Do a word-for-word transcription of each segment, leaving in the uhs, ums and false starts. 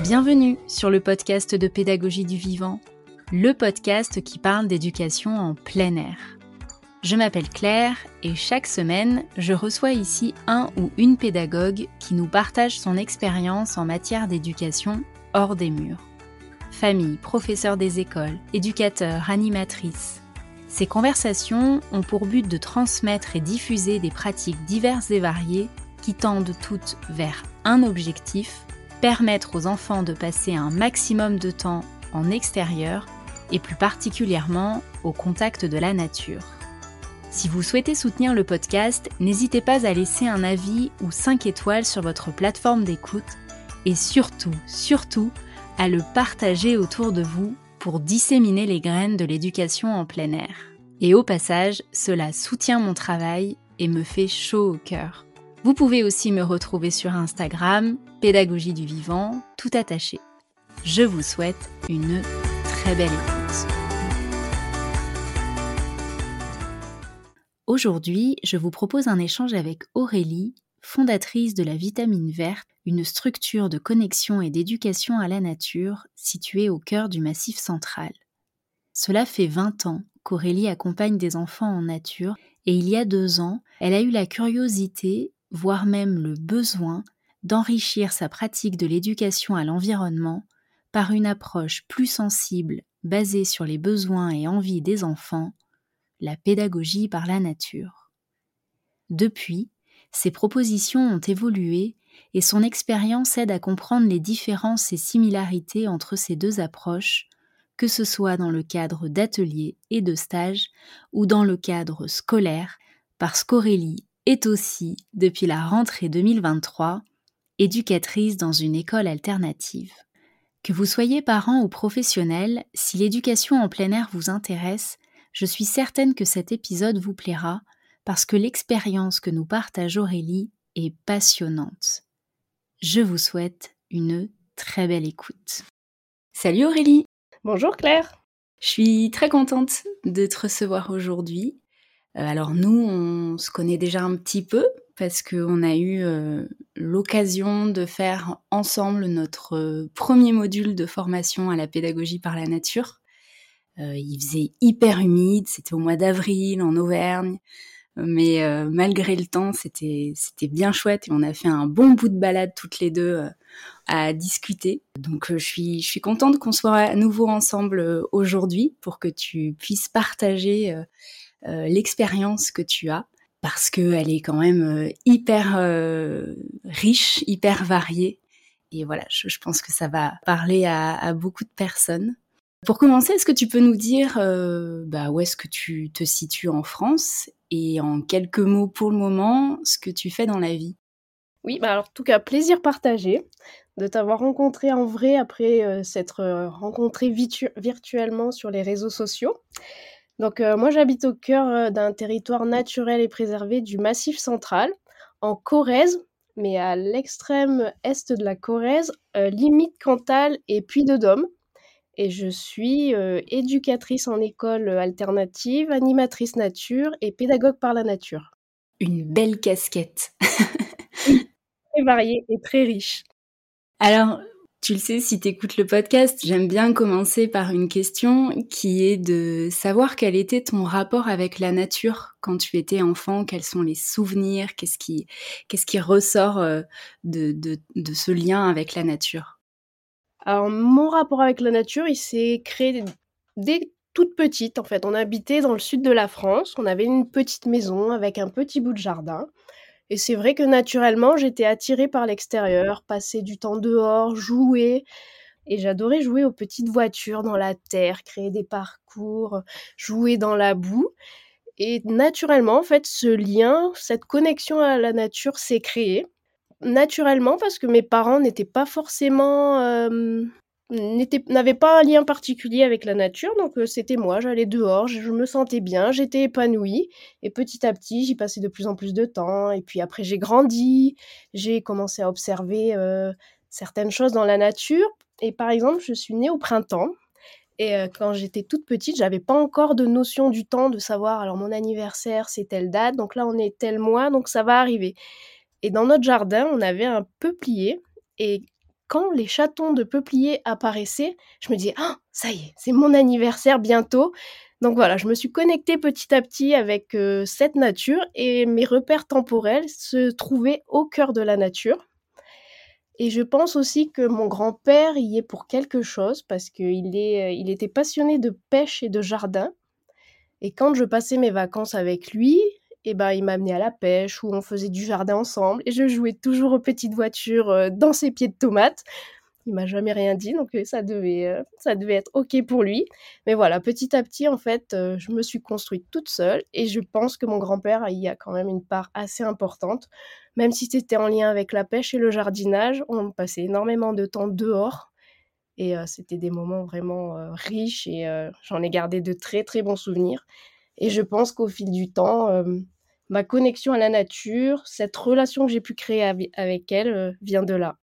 Bienvenue sur le podcast de Pédagogie du Vivant, le podcast qui parle d'éducation en plein air. Je m'appelle Claire et chaque semaine, je reçois ici un ou une pédagogue qui nous partage son expérience en matière d'éducation hors des murs. Famille, professeurs des écoles, éducateurs, animatrices. Ces conversations ont pour but de transmettre et diffuser des pratiques diverses et variées qui tendent toutes vers un objectif, permettre aux enfants de passer un maximum de temps en extérieur et plus particulièrement au contact de la nature. Si vous souhaitez soutenir le podcast, n'hésitez pas à laisser un avis ou cinq étoiles sur votre plateforme d'écoute et surtout, surtout, à le partager autour de vous pour disséminer les graines de l'éducation en plein air. Et au passage, cela soutient mon travail et me fait chaud au cœur. Vous pouvez aussi me retrouver sur Instagram, Pédagogie du Vivant, tout attaché. Je vous souhaite une très belle écoute. Aujourd'hui, je vous propose un échange avec Aurélie, fondatrice de la Vitamine Verte, une structure de connexion et d'éducation à la nature située au cœur du Massif central. Cela fait vingt ans qu'Aurélie accompagne des enfants en nature et il y a deux ans, elle a eu la curiosité, voire même le besoin, d'enrichir sa pratique de l'éducation à l'environnement par une approche plus sensible basée sur les besoins et envies des enfants, la pédagogie par la nature. Depuis, ses propositions ont évolué et son expérience aide à comprendre les différences et similarités entre ces deux approches, que ce soit dans le cadre d'ateliers et de stages ou dans le cadre scolaire, parce qu'Aurélie est aussi, depuis la rentrée deux mille vingt-trois, éducatrice dans une école alternative. Que vous soyez parent ou professionnel, si l'éducation en plein air vous intéresse, je suis certaine que cet épisode vous plaira parce que l'expérience que nous partage Aurélie est passionnante. Je vous souhaite une très belle écoute. Salut Aurélie! Bonjour Claire! Je suis très contente de te recevoir aujourd'hui. Euh, alors nous, on se connaît déjà un petit peu parce qu'on a eu euh, l'occasion de faire ensemble notre euh, premier module de formation à la pédagogie par la nature. Euh, il faisait hyper humide, c'était au mois d'avril en Auvergne, mais euh, malgré le temps, c'était, c'était bien chouette et on a fait un bon bout de balade toutes les deux euh, à discuter. Donc euh, je suis, je suis contente qu'on soit à nouveau ensemble euh, aujourd'hui pour que tu puisses partager euh, euh, l'expérience que tu as parce qu'elle est quand même euh, hyper euh, riche, hyper variée. Et voilà, je, je pense que ça va parler à, à beaucoup de personnes. Pour commencer, est-ce que tu peux nous dire euh, bah, où est-ce que tu te situes en France et en quelques mots pour le moment, ce que tu fais dans la vie? Oui, bah alors en tout cas, plaisir partagé de t'avoir rencontré en vrai après euh, s'être euh, rencontré vitu- virtuellement sur les réseaux sociaux. Donc euh, moi j'habite au cœur euh, d'un territoire naturel et préservé du Massif central, en Corrèze, mais à l'extrême est de la Corrèze, euh, limite Cantal et Puy-de-Dôme. Et je suis euh, éducatrice en école alternative, animatrice nature et pédagogue par la nature. Une belle casquette. Oui, très variée et très riche. Alors, tu le sais, si tu écoutes le podcast, j'aime bien commencer par une question qui est de savoir quel était ton rapport avec la nature quand tu étais enfant, quels sont les souvenirs, qu'est-ce qui, qu'est-ce qui ressort euh, de, de, de ce lien avec la nature? Alors mon rapport avec la nature, il s'est créé dès toute petite en fait. On habitait dans le sud de la France, on avait une petite maison avec un petit bout de jardin et c'est vrai que naturellement, j'étais attirée par l'extérieur, passer du temps dehors, jouer et j'adorais jouer aux petites voitures dans la terre, créer des parcours, jouer dans la boue et naturellement en fait, ce lien, cette connexion à la nature s'est créée. Naturellement, parce que mes parents n'étaient pas forcément, hem, n'étaient n'avaient pas un lien particulier avec la nature, donc heu, c'était moi, j'allais dehors, je je me sentais bien, j'étais épanouie et petit à petit, j'y passais de plus en plus de temps et puis après j'ai grandi, j'ai commencé à observer, heu, certaines choses dans la nature et par exemple, je suis née au printemps et heu, quand j'étais toute petite, j'avais pas encore de notion du temps, de savoir alors mon anniversaire, c'est telle date, donc là, on est tel mois, donc ça va arriver. Et dans notre jardin, on avait un peuplier et quand les chatons de peuplier apparaissaient, je me disais: «Ah, ça y est, c'est mon anniversaire bientôt». Donc voilà, je me suis connectée petit à petit avec, heu, cette nature et mes repères temporels se trouvaient au cœur de la nature. Et je pense aussi que mon grand-père y est pour quelque chose parce qu'il est, heu, il était passionné de pêche et de jardin et quand je passais mes vacances avec lui et ben, il m'amenait à la pêche ou on faisait du jardin ensemble et je jouais toujours aux petites voitures, heu, dans ses pieds de tomates. Il m'a jamais rien dit donc heu, ça devait, heu, ça devait être OK pour lui. Mais voilà, petit à petit, en fait, heu, je me suis construite toute seule et je pense que mon grand-père y a quand même une part assez importante. Même si c'était en lien avec la pêche et le jardinage, on passait énormément de temps dehors et heu, c'était des moments vraiment, heu, riches et heu, j'en ai gardé de très, très bons souvenirs et je pense qu'au fil du temps, hem, ma connexion à la nature, cette relation que j'ai pu créer ave avec elle, heu, vient de là.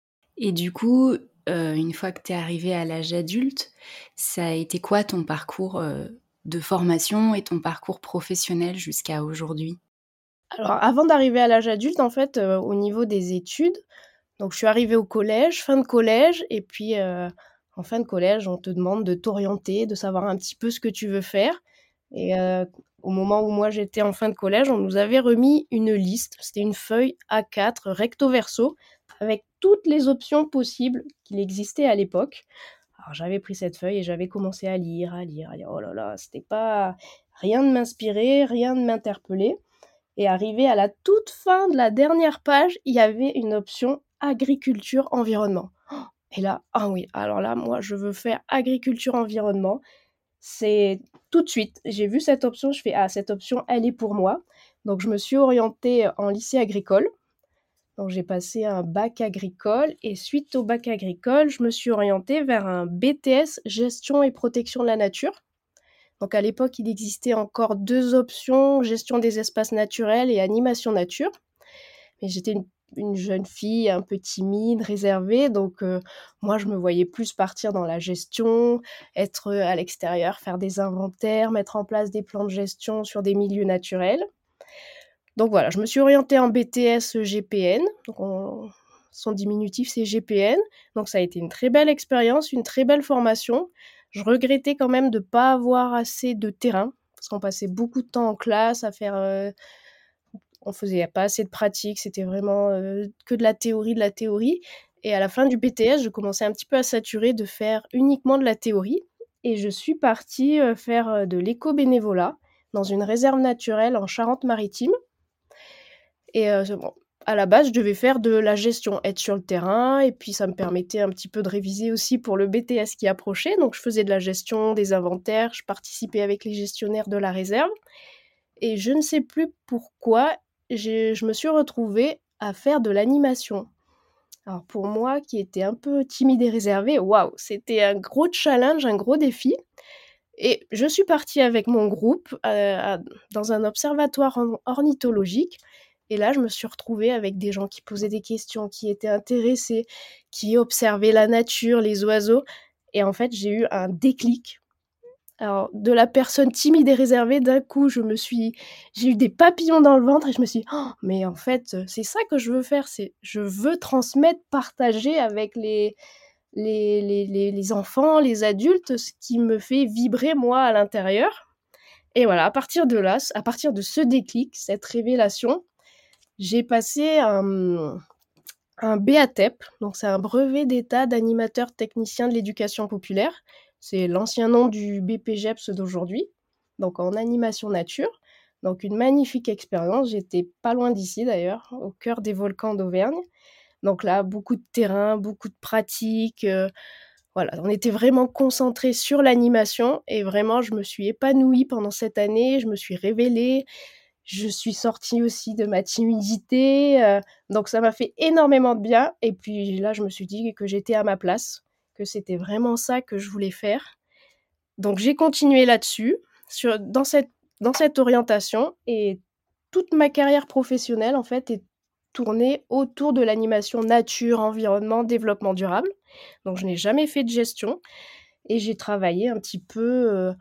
Et du coup, heu, une fois que tu es arrivée à l'âge adulte, ça a été quoi ton parcours, heu, de formation et ton parcours professionnel jusqu'à aujourd'hui? Alors avant d'arriver à l'âge adulte, en fait, heu, au niveau des études, donc je suis arrivée au collège, fin de collège et puis, heu, en fin de collège, on te demande de t'orienter, de savoir un petit peu ce que tu veux faire et heu, au moment où moi j'étais en fin de collège, on nous avait remis une liste. C'était une feuille A quatre recto verso avec toutes les options possibles qu'il existait à l'époque. Alors j'avais pris cette feuille et j'avais commencé à lire, à lire, à lire. Oh là là, c'était pas rien ne m'inspirait, rien ne m'interpellait et arrivé à la toute fin de la dernière page, il y avait une option agriculture environnement. Et là, ah oui, alors là, moi, je veux faire agriculture environnement. C'est tout de suite, j'ai vu cette option, je fais: «Ah, cette option, elle est pour moi». Donc je me suis orientée en lycée agricole. Donc j'ai passé un bac agricole et suite au bac agricole, je me suis orientée vers un B T S gestion et protection de la nature. Donc à l'époque, il existait encore deux options, gestion des espaces naturels et animation nature. Mais j'étais une une jeune fille un peu timide, réservée, donc heu, moi je me voyais plus partir dans la gestion, être, heu, à l'extérieur, faire des inventaires, mettre en place des plans de gestion sur des milieux naturels. Donc voilà, je me suis orientée en B T S G P N, donc on son diminutif c'est G P N, donc ça a été une très belle expérience, une très belle formation. Je regrettais quand même de pas avoir assez de terrain, parce qu'on passait beaucoup de temps en classe à faire, heu on faisait pas assez de pratique, c'était vraiment, heu, que de la théorie, de la théorie et à la fin du B T S, je commençais un petit peu à saturer de faire uniquement de la théorie et je suis partie, heu, faire, heu, de l'éco-bénévolat dans une réserve naturelle en Charente-Maritime et heu, je bon, à la base, je devais faire de la gestion, être sur le terrain et puis ça me permettait un petit peu de réviser aussi pour le B T S qui approchait, donc je faisais de la gestion, des inventaires, je participais avec les gestionnaires de la réserve et je ne sais plus pourquoi, j'ai je me suis retrouvée à faire de l'animation. Alors pour moi qui étais un peu timide et réservée, waouh, c'était un gros challenge, un gros défi et je suis partie avec mon groupe, heu, à dans un observatoire orn ornithologique et là, je me suis retrouvée avec des gens qui posaient des questions, qui étaient intéressés, qui observaient la nature, les oiseaux et en fait, j'ai eu un déclic. Alors, de la personne timide et réservée, d'un coup, je me suis j'ai eu des papillons dans le ventre et je me suis dit: «Oh, mais en fait, heu, c'est ça que je veux faire, c'est je veux transmettre, partager avec les les les les les enfants, les adultes, ce qui me fait vibrer moi à l'intérieur» et voilà, à partir de là, c à partir de ce déclic, cette révélation, j'ai passé un, mmh, un B A T E P, donc c'est un brevet d'état d'animateur technicien de l'éducation populaire. C'est l'ancien nom du B P J E P S d'aujourd'hui, donc en animation nature. Donc une magnifique expérience, j'étais pas loin d'ici d'ailleurs, au cœur des volcans d'Auvergne. Donc là, beaucoup de terrain, beaucoup de pratique, heu, voilà, on était vraiment concentrés sur l'animation et vraiment je me suis épanouie pendant cette année, je me suis révélée, je suis sortie aussi de ma timidité, heu, donc ça m'a fait énormément de bien et puis là, je me suis dit que j'étais à ma place, que c'était vraiment ça que je voulais faire. Donc j'ai continué là-dessus, sur dans cette dans cette orientation et toute ma carrière professionnelle, en fait, est tournée autour de l'animation nature, environnement, développement durable. Donc je n'ai jamais fait de gestion et j'ai travaillé un petit peu, heu,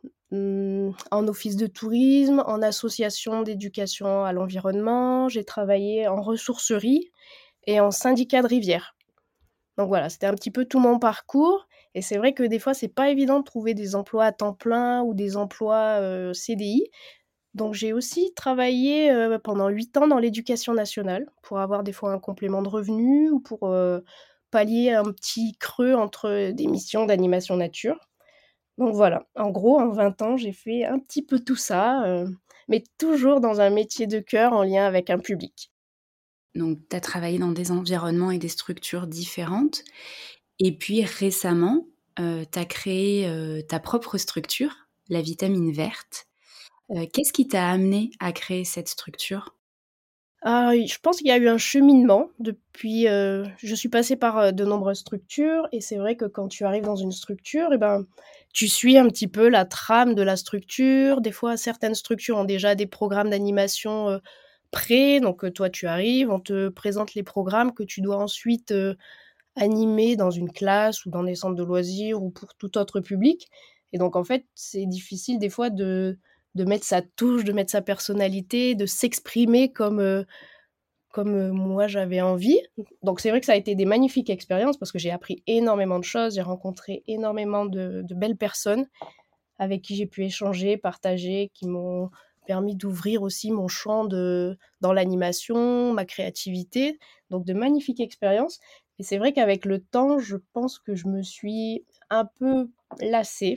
mmh, en office de tourisme, en association d'éducation à l'environnement, j'ai travaillé en ressourcerie et en syndicat de rivière. Donc voilà, c'était un petit peu tout mon parcours et c'est vrai que des fois, c'est pas évident de trouver des emplois à temps plein ou des emplois, heu, C D I. Donc j'ai aussi travaillé, heu, pendant huit ans dans l'éducation nationale pour avoir des fois un complément de revenu ou pour, heu, pallier un petit creux entre des missions d'animation nature. Donc voilà, en gros, en vingt ans, j'ai fait un petit peu tout ça, heu, mais toujours dans un métier de cœur en lien avec un public. Donc, tu as travaillé dans des environnements et des structures différentes. Et puis récemment, heu, tu as créé, heu, ta propre structure, la Vitamine Verte. Heu, qu'est-ce qui t'a amené à créer cette structure? Ah oui, je pense qu'il y a eu un cheminement depuis, heu, je suis passée par, heu, de nombreuses structures et c'est vrai que quand tu arrives dans une structure et ben, tu suis un petit peu la trame de la structure. Des fois, certaines structures ont déjà des programmes d'animation, heu, prêts, donc heu, toi, tu arrives, on te présente les programmes que tu dois ensuite, heu, animer dans une classe ou dans des centres de loisirs ou pour tout autre public et donc en fait, c'est difficile des fois de de mettre sa touche, de mettre sa personnalité, de s'exprimer comme, heu comme, heu, moi j'avais envie. Donc c'est vrai que ça a été des magnifiques expériences parce que j'ai appris énormément de choses, j'ai rencontré énormément de de belles personnes avec qui j'ai pu échanger, partager, qui m'ont permis d'ouvrir aussi mon champ de dans l'animation, ma créativité, donc de magnifiques expériences et c'est vrai qu'avec le temps, je pense que je me suis un peu lassée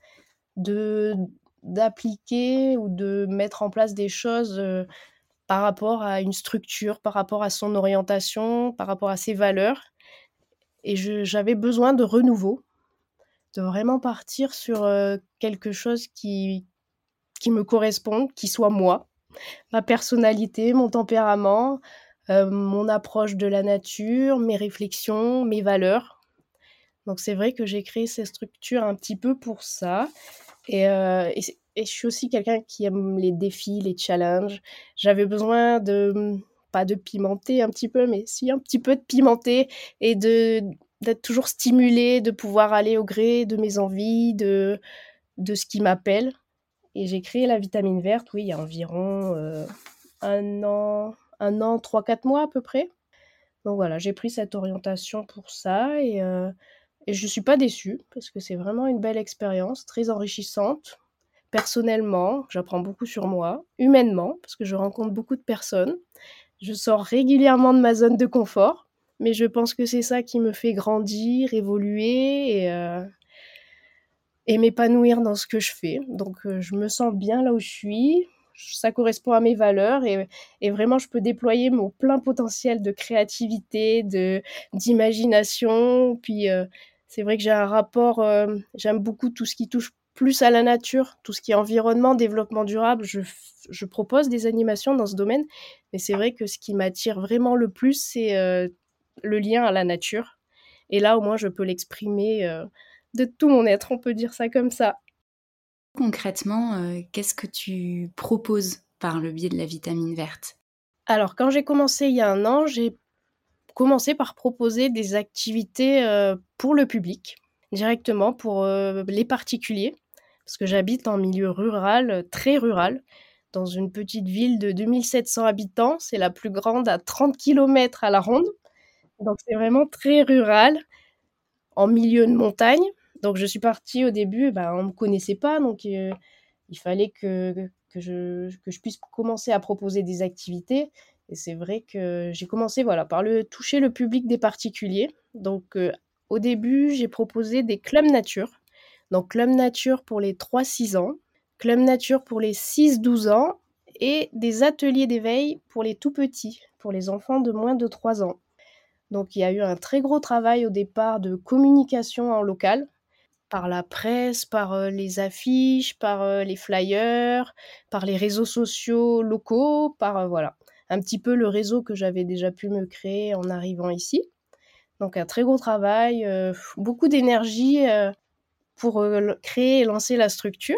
de d'appliquer ou de mettre en place des choses, heu, par rapport à une structure, par rapport à son orientation, par rapport à ses valeurs et je j'avais besoin de renouveau, de vraiment partir sur, heu, quelque chose qui qui me corresponde, qui soit moi, ma personnalité, mon tempérament, heu, mon approche de la nature, mes réflexions, mes valeurs. Donc c'est vrai que j'ai créé cette structure un petit peu pour ça et heu et c'est et je suis aussi quelqu'un qui aime les défis, les challenges. J'avais besoin de, mmh, pas de pimenter un petit peu, mais si un petit peu de pimenter et de d'être toujours stimulée, de pouvoir aller au gré de mes envies, de de ce qui m'appelle et j'ai créé la Vitamine Verte, oui, il y a environ, heu, un an un an, trois quatre mois à peu près. Donc voilà, j'ai pris cette orientation pour ça et heu et je suis pas déçue parce que c'est vraiment une belle expérience, très enrichissante. Personnellement, j'apprends beaucoup sur moi, humainement, parce que je rencontre beaucoup de personnes. Je sors régulièrement de ma zone de confort, mais je pense que c'est ça qui me fait grandir, évoluer et heu et m'épanouir dans ce que je fais. Donc heu, je me sens bien là où je suis, ça correspond à mes valeurs et et vraiment je peux déployer mon plein potentiel de créativité, de d'imagination. Puis, heu, c'est vrai que j'ai un rapport, hem, j'aime beaucoup tout ce qui touche plus à la nature, tout ce qui est environnement, développement durable. Je f je propose des animations dans ce domaine, mais c'est vrai que ce qui m'attire vraiment le plus, c'est, heu, le lien à la nature et là, au moins, je peux l'exprimer, heu, de tout mon être, on peut dire ça comme ça. Concrètement, heu, qu'est-ce que tu proposes par le biais de la Vitamine Verte? Alors quand j'ai commencé il y a un an, j'ai commencé par proposer des activités, heu, pour le public, directement pour, heu, les particuliers. Parce que j'habite en milieu rural, heu, très rural, dans une petite ville de deux mille sept cents habitants. C'est la plus grande à trente kilomètres à la ronde, donc c'est vraiment très rural, en milieu de montagne. Donc je suis partie au début, bah, on me connaissait pas, donc heu, il fallait que que je que je puisse commencer à proposer des activités et c'est vrai que j'ai commencé, voilà, par le toucher le public des particuliers. Donc heu, au début, j'ai proposé des clubs nature. Donc club nature pour les trois six ans, club nature pour les six douze ans et des ateliers d'éveil pour les tout petits, pour les enfants de moins de trois ans. Donc il y a eu un très gros travail au départ de communication en local, par la presse, par, heu, les affiches, par, heu, les flyers, par les réseaux sociaux locaux, par, heu, voilà, un petit peu le réseau que j'avais déjà pu me créer en arrivant ici. Donc un très gros travail, heu, beaucoup d'énergie, heu, pour, heu, l créer et lancer la structure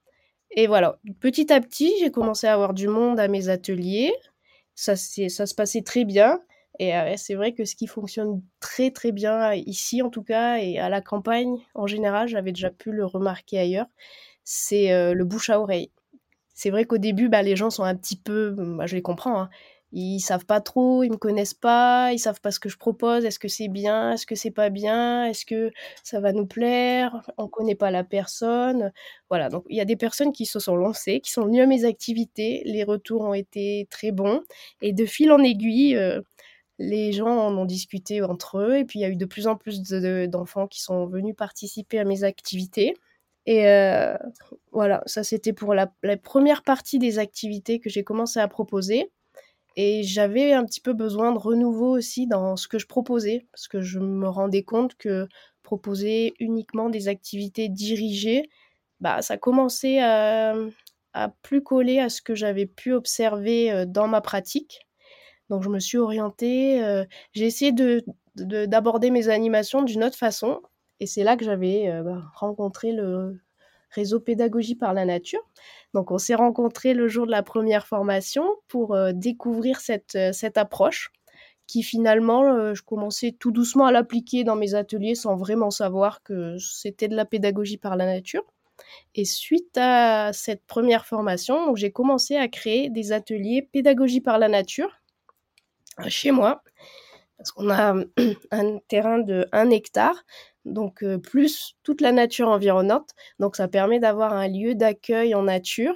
et voilà, petit à petit, j'ai commencé à avoir du monde à mes ateliers. Ça s'est ça se passait très bien et heu, c'est vrai que ce qui fonctionne très, très bien ici, en tout cas et à la campagne, en général, j'avais déjà pu le remarquer ailleurs, c'est, heu, le bouche à oreille. C'est vrai qu'au début, bah, les gens sont un petit peu, mmh, bah, je les comprends, hein, Ils savent pas trop, ils me connaissent pas, ils savent pas ce que je propose. Est-ce que c'est bien? Est-ce que c'est pas bien? Est-ce que ça va nous plaire? On connaît pas la personne. Voilà, donc il y a des personnes qui se sont lancées, qui sont venues à mes activités. Les retours ont été très bons et de fil en aiguille, heu, les gens en ont discuté entre eux et puis il y a eu de plus en plus de de d'enfants qui sont venus participer à mes activités et heu, voilà, ça c'était pour la la première partie des activités que j'ai commencé à proposer. Et j'avais un petit peu besoin de renouveau aussi dans ce que je proposais, parce que je me rendais compte que proposer uniquement des activités dirigées, bah, ça commençait à, mmh, à plus coller à ce que j'avais pu observer, heu, dans ma pratique. Donc je me suis orientée, heu, j'ai essayé de de d'aborder mes animations d'une autre façon et c'est là que j'avais, heu, bah, rencontré le réseau Pédagogie par la nature. Donc on s'est rencontrés le jour de la première formation pour, heu, découvrir cette, heu, cette approche qui finalement, heu, je commençais tout doucement à l'appliquer dans mes ateliers sans vraiment savoir que c'était de la pédagogie par la nature et suite à cette première formation, donc j'ai commencé à créer des ateliers pédagogie par la nature, heu, chez moi. Parce qu'on a un terrain de un hectare, donc heu, plus toute la nature environnante. Donc ça permet d'avoir un lieu d'accueil en nature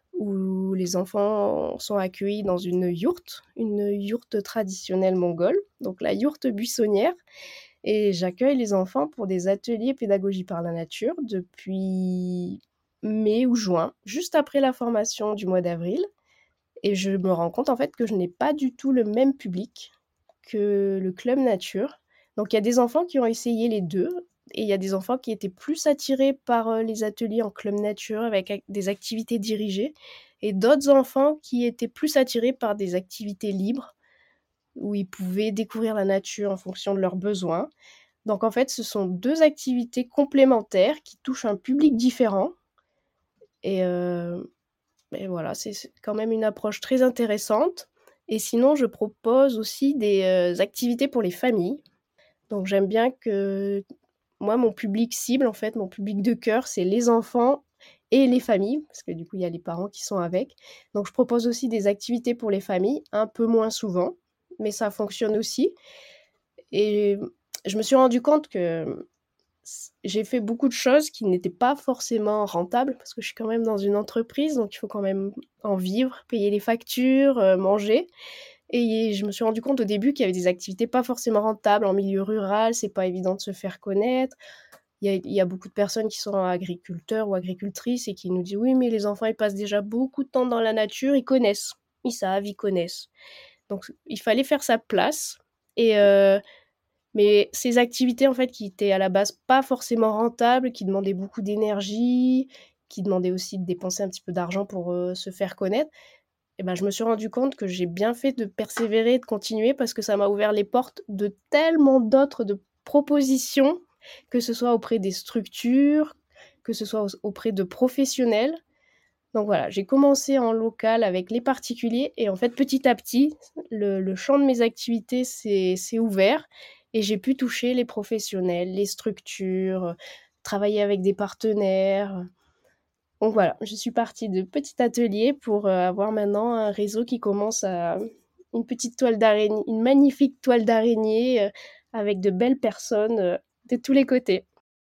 où les enfants sont accueillis dans une yourte, une yourte traditionnelle mongole, donc la yourte buissonnière et j'accueille les enfants pour des ateliers pédagogie par la nature depuis mai ou juin, juste après la formation du mois d'avril et je me rends compte en fait que je n'ai pas du tout le même public que le club nature. Donc il y a des enfants qui ont essayé les deux et il y a des enfants qui étaient plus attirés par, heu, les ateliers en club nature avec ac des activités dirigées et d'autres enfants qui étaient plus attirés par des activités libres, où ils pouvaient découvrir la nature en fonction de leurs besoins. Donc en fait, ce sont deux activités complémentaires qui touchent un public différent et heu et voilà, c'est c'est quand même une approche très intéressante et sinon je propose aussi des, heu, activités pour les familles. Donc j'aime bien que moi, mon public cible, en fait, mon public de cœur, c'est les enfants et les familles, parce que du coup, il y a les parents qui sont avec. Donc je propose aussi des activités pour les familles, un peu moins souvent, mais ça fonctionne aussi et je me suis rendu compte que s j'ai fait beaucoup de choses qui n'étaient pas forcément rentables, parce que je suis quand même dans une entreprise, donc il faut quand même en vivre, payer les factures, heu, manger et je me suis rendu compte au début qu'il y avait des activités pas forcément rentables en milieu rural, c'est pas évident de se faire connaître. Il y a il y a beaucoup de personnes qui sont agriculteurs ou agricultrices et qui nous disent: «Oui, mais les enfants, ils passent déjà beaucoup de temps dans la nature, ils connaissent, ils savent, ils connaissent». Donc il fallait faire sa place et heu, mais ces activités, en fait, qui étaient à la base pas forcément rentables, qui demandaient beaucoup d'énergie, qui demandaient aussi de dépenser un petit peu d'argent pour, heu, se faire connaître et ben, je me suis rendu compte que j'ai bien fait de persévérer et de continuer parce que ça m'a ouvert les portes de tellement d'autres de propositions, que ce soit auprès des structures, que ce soit aus auprès de professionnels. Donc voilà, j'ai commencé en local avec les particuliers et en fait, petit à petit, le le champ de mes activités s'est s'est ouvert et j'ai pu toucher les professionnels, les structures, travailler avec des partenaires. Donc voilà, je suis partie de petit atelier pour, heu, avoir maintenant un réseau qui commence à une petite toile d'araignée une magnifique toile d'araignée, heu, avec de belles personnes, heu, de tous les côtés.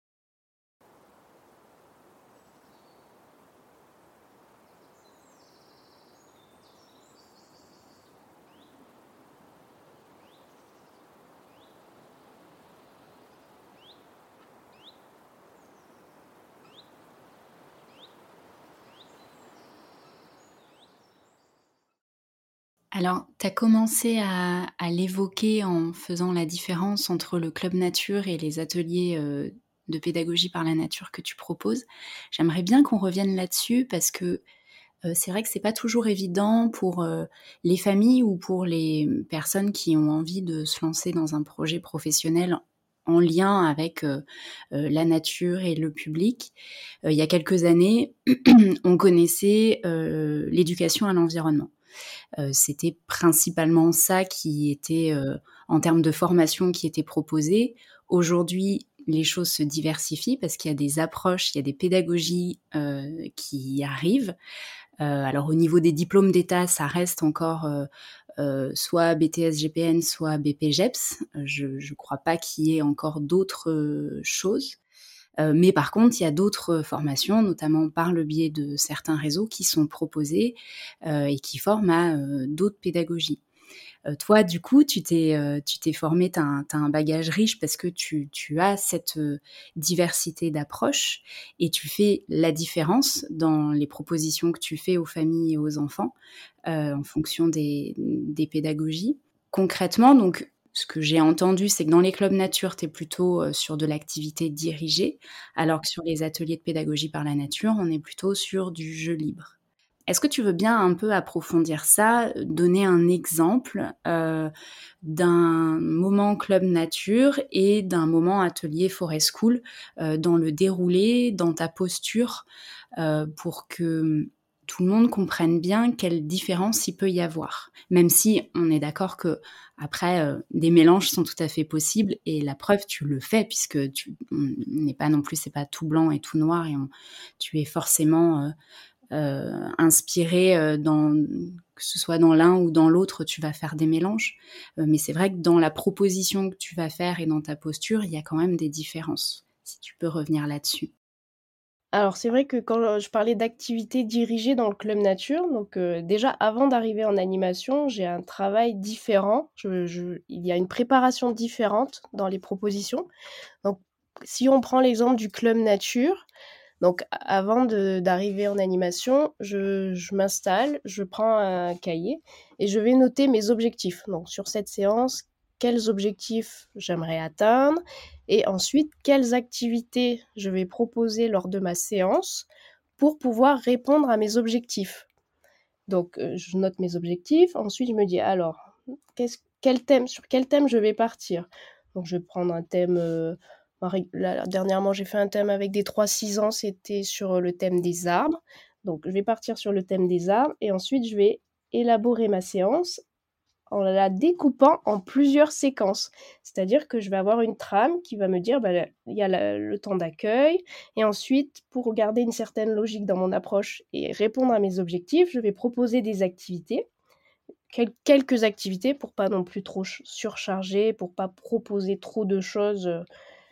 Alors, tu as commencé à à l'évoquer en faisant la différence entre le club nature et les ateliers, heu, de pédagogie par la nature que tu proposes. J'aimerais bien qu'on revienne là-dessus parce que, heu, c'est vrai que c'est pas toujours évident pour, heu, les familles ou pour les, mmh, personnes qui ont envie de se lancer dans un projet professionnel en lien avec, heu heu, la nature et le public. Heu, il y a quelques années, on connaissait, heu, l'éducation à l'environnement. Heu, c'était principalement ça qui était, heu, en termes de formation qui était proposé. Aujourd'hui, les choses se diversifient parce qu'il y a des approches, il y a des pédagogies, heu, qui arrivent. Heu, alors au niveau des diplômes d'État, ça reste encore, heu euh, soit B T S G P N, soit B P G E P S. Je ne crois pas qu'il y ait encore d'autres euh, choses. Euh, mais par contre, il y a d'autres formations, notamment par le biais de certains réseaux qui sont proposés euh, et qui forment à euh, d'autres pédagogies. Euh, toi, du coup, tu t'es, euh, tu t'es formé, tu as un, t'as un bagage riche parce que tu, tu as cette euh, diversité d'approches et tu fais la différence dans les propositions que tu fais aux familles et aux enfants euh, en fonction des, des pédagogies. Concrètement, donc, ce que j'ai entendu, c'est que dans les clubs nature, tu es plutôt euh, sur de l'activité dirigée, alors que sur les ateliers de pédagogie par la nature, on est plutôt sur du jeu libre. Est-ce que tu veux bien un peu approfondir ça, donner un exemple euh, d'un moment club nature et d'un moment atelier forest school euh, dans le déroulé, dans ta posture, euh, pour que tout le monde comprenne bien quelle différence il peut y avoir. Même si on est d'accord que après euh, des mélanges sont tout à fait possibles et la preuve tu le fais puisque tu on n'est pas non plus, c'est pas tout blanc et tout noir et on, tu es forcément euh, euh, inspiré euh, dans, que ce soit dans l'un ou dans l'autre, tu vas faire des mélanges. Euh, mais c'est vrai que dans la proposition que tu vas faire et dans ta posture, il y a quand même des différences. Si tu peux revenir là-dessus. Alors c'est vrai que quand je parlais d'activité dirigée dans le club nature, donc heu, déjà avant d'arriver en animation, j'ai un travail différent. Je je il y a une préparation différente dans les propositions. Donc si on prend l'exemple du club nature, donc a avant de d'arriver en animation, je je m'installe, je prends un cahier et je vais noter mes objectifs. Donc sur cette séance, quels objectifs j'aimerais atteindre et ensuite quelles activités je vais proposer lors de ma séance pour pouvoir répondre à mes objectifs. Donc heu, je note mes objectifs, ensuite je me dis: «Alors, qu'est-ce quel thème sur quel thème je vais partir?» Donc je vais prendre un thème, heu, rég là dernièrement j'ai fait un thème avec des trois six ans, c'était sur le thème des arbres. Donc je vais partir sur le thème des arbres et ensuite je vais élaborer ma séance en la découpant en plusieurs séquences. C'est-à-dire que je vais avoir une trame qui va me dire, bah, il y a la le temps d'accueil et ensuite, pour garder une certaine logique dans mon approche et répondre à mes objectifs, je vais proposer des activités, quel quelques activités pour pas non plus trop ch surcharger, pour pas proposer trop de choses, heu,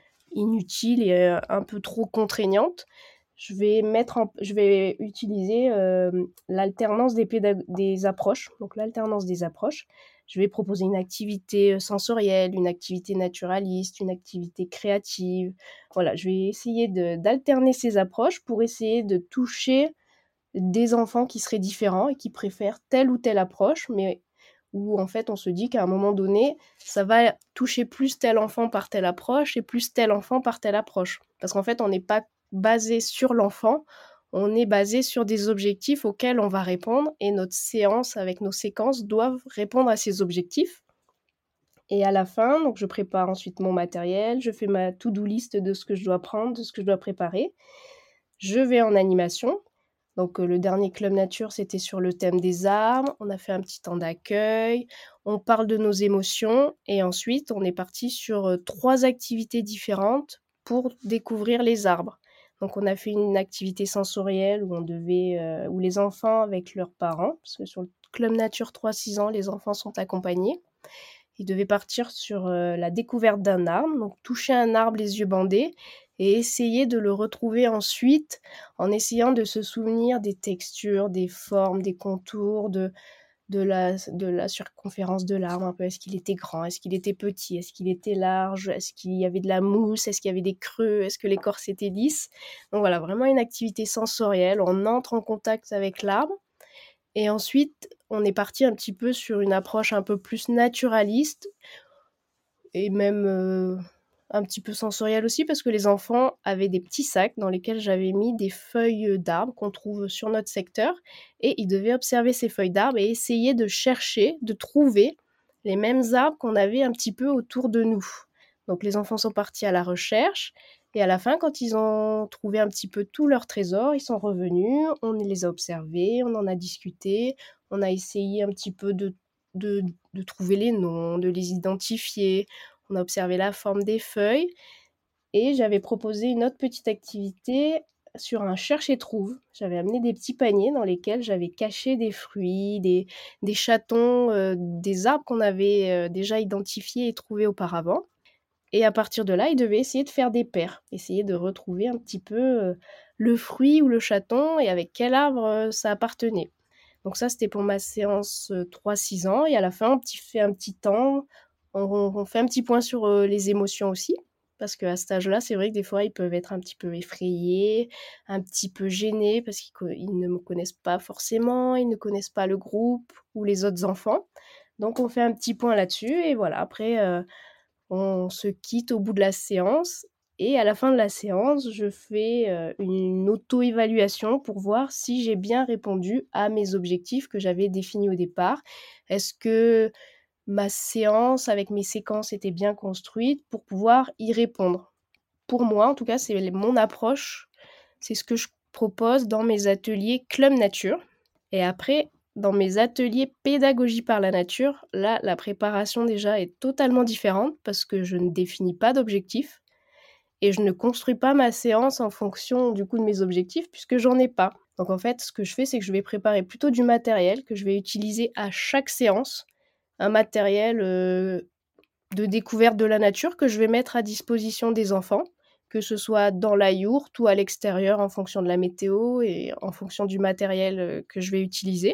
inutiles et heu, un peu trop contraignantes. Je vais mettre en je vais utiliser, hem, l'alternance des pédag des approches, donc l'alternance des approches. Je vais proposer une activité, heu, sensorielle, une activité naturaliste, une activité créative. Voilà, je vais essayer de d'alterner ces approches pour essayer de toucher des enfants qui seraient différents et qui préfèrent telle ou telle approche, mais où en fait on se dit qu'à un moment donné, ça va toucher plus tel enfant par telle approche et plus tel enfant par telle approche. Parce qu'en fait, on n'est pas basé sur l'enfant, on est basé sur des objectifs auxquels on va répondre et notre séance avec nos séquences doivent répondre à ces objectifs. Et à la fin, donc je prépare ensuite mon matériel, je fais ma to-do list de ce que je dois prendre, de ce que je dois préparer. Je vais en animation. Donc, heu, le dernier club nature, c'était sur le thème des arbres. On a fait un petit temps d'accueil, on parle de nos émotions et ensuite on est parti sur, heu, trois activités différentes pour découvrir les arbres. Donc on a fait une activité sensorielle où on devait, heu, où les enfants avec leurs parents, parce que sur le club nature trois six ans, les enfants sont accompagnés. Ils devaient partir sur, heu, la découverte d'un arbre, donc toucher un arbre les yeux bandés et essayer de le retrouver ensuite en essayant de se souvenir des textures, des formes, des contours, de de la de la circonférence de l'arbre un peu. Est-ce qu'il était grand? Est-ce qu'il était petit? Est-ce qu'il était large? Est-ce qu'il y avait de la mousse? Est-ce qu'il y avait des creux? Est-ce que l'écorce était lisse? Donc voilà, vraiment une activité sensorielle. On entre en contact avec l'arbre et ensuite on est parti un petit peu sur une approche un peu plus naturaliste et même, heu, un petit peu sensorielle aussi parce que les enfants avaient des petits sacs dans lesquels j'avais mis des feuilles, d'arbres qu'on trouve sur notre secteur et ils devaient observer ces feuilles d'arbres et essayer de chercher, de trouver les mêmes arbres qu'on avait un petit peu autour de nous. Donc les enfants sont partis à la recherche et à la fin, quand ils ont trouvé un petit peu tous leurs trésors, ils sont revenus, on les a observés, on en a discuté, on a essayé un petit peu de de de trouver les noms, de les identifier. On a observé la forme des feuilles et j'avais proposé une autre petite activité, sur un cherche et trouve. J'avais amené des petits paniers dans lesquels j'avais caché des fruits, des des chatons, heu, des arbres qu'on avait, heu, déjà identifiés et trouvés auparavant et à partir de là, ils devaient essayer de faire des paires, essayer de retrouver un petit peu, heu, le fruit ou le chaton et avec quel arbre, heu, ça appartenait. Donc ça, c'était pour ma séance, heu, trois six ans et à la fin, on petit fait un petit temps, on on fait un petit point sur, heu, les émotions aussi, parce qu'à cet âge-là, c'est vrai que des fois, ils peuvent être un petit peu effrayés, un petit peu gênés parce qu'ils co ils ne me connaissent pas forcément, ils ne connaissent pas le groupe ou les autres enfants. Donc on fait un petit point là-dessus et voilà, après, heu, on se quitte au bout de la séance et à la fin de la séance, je fais, heu, une auto-évaluation pour voir si j'ai bien répondu à mes objectifs que j'avais définis au départ. Est-ce que ma séance avec mes séquences était bien construite pour pouvoir y répondre? Pour moi, en tout cas, c'est l mon approche, c'est ce que je propose dans mes ateliers club nature et après dans mes ateliers pédagogie par la nature, là, la préparation déjà est totalement différente parce que je ne définis pas d'objectifs et je ne construis pas ma séance en fonction du coup de mes objectifs puisque j'en ai pas. Donc en fait, ce que je fais, c'est que je vais préparer plutôt du matériel que je vais utiliser à chaque séance, un matériel, heu, de découverte de la nature que je vais mettre à disposition des enfants, que ce soit dans la yourte ou à l'extérieur en fonction de la météo et en fonction du matériel, heu, que je vais utiliser.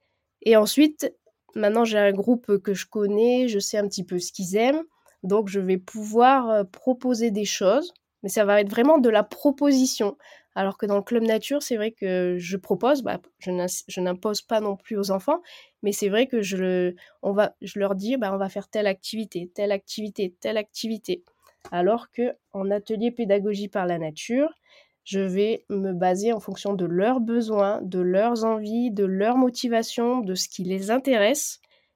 Et ensuite, maintenant j'ai un groupe que je connais, je sais un petit peu ce qu'ils aiment, donc je vais pouvoir, heu, proposer des choses, mais ça va être vraiment de la proposition. Alors que dans le club nature, c'est vrai que je propose, bah, je n'ins je n'impose pas non plus aux enfants, mais c'est vrai que je on va je leur dis: «Bah, on va faire telle activité, telle activité, telle activité». Alors qu'en atelier pédagogie par la nature, je vais me baser en fonction de leurs besoins, de leurs envies, de leurs motivations, de ce qui les intéresse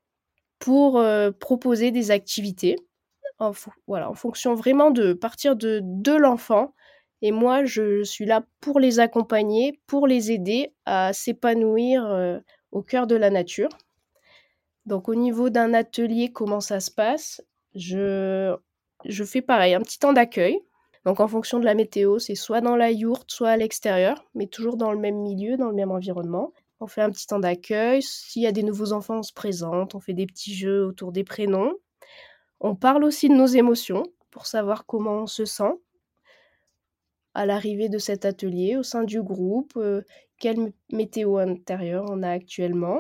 pour, heu, proposer des activités en fon voilà, en fonction vraiment de partir de de l'enfant et moi je suis là pour les accompagner, pour les aider à s'épanouir, heu, au cœur de la nature. Donc au niveau d'un atelier, comment ça se passe? Je je fais pareil, un petit temps d'accueil. Donc en fonction de la météo, c'est soit dans la yourte, soit à l'extérieur, mais toujours dans le même milieu, dans le même environnement. On fait un petit temps d'accueil. S'il y a des nouveaux enfants, on se présente, on fait des petits jeux autour des prénoms. On parle aussi de nos émotions pour savoir comment on se sent à l'arrivée de cet atelier, au sein du groupe, heu, quelle m météo intérieure on a actuellement.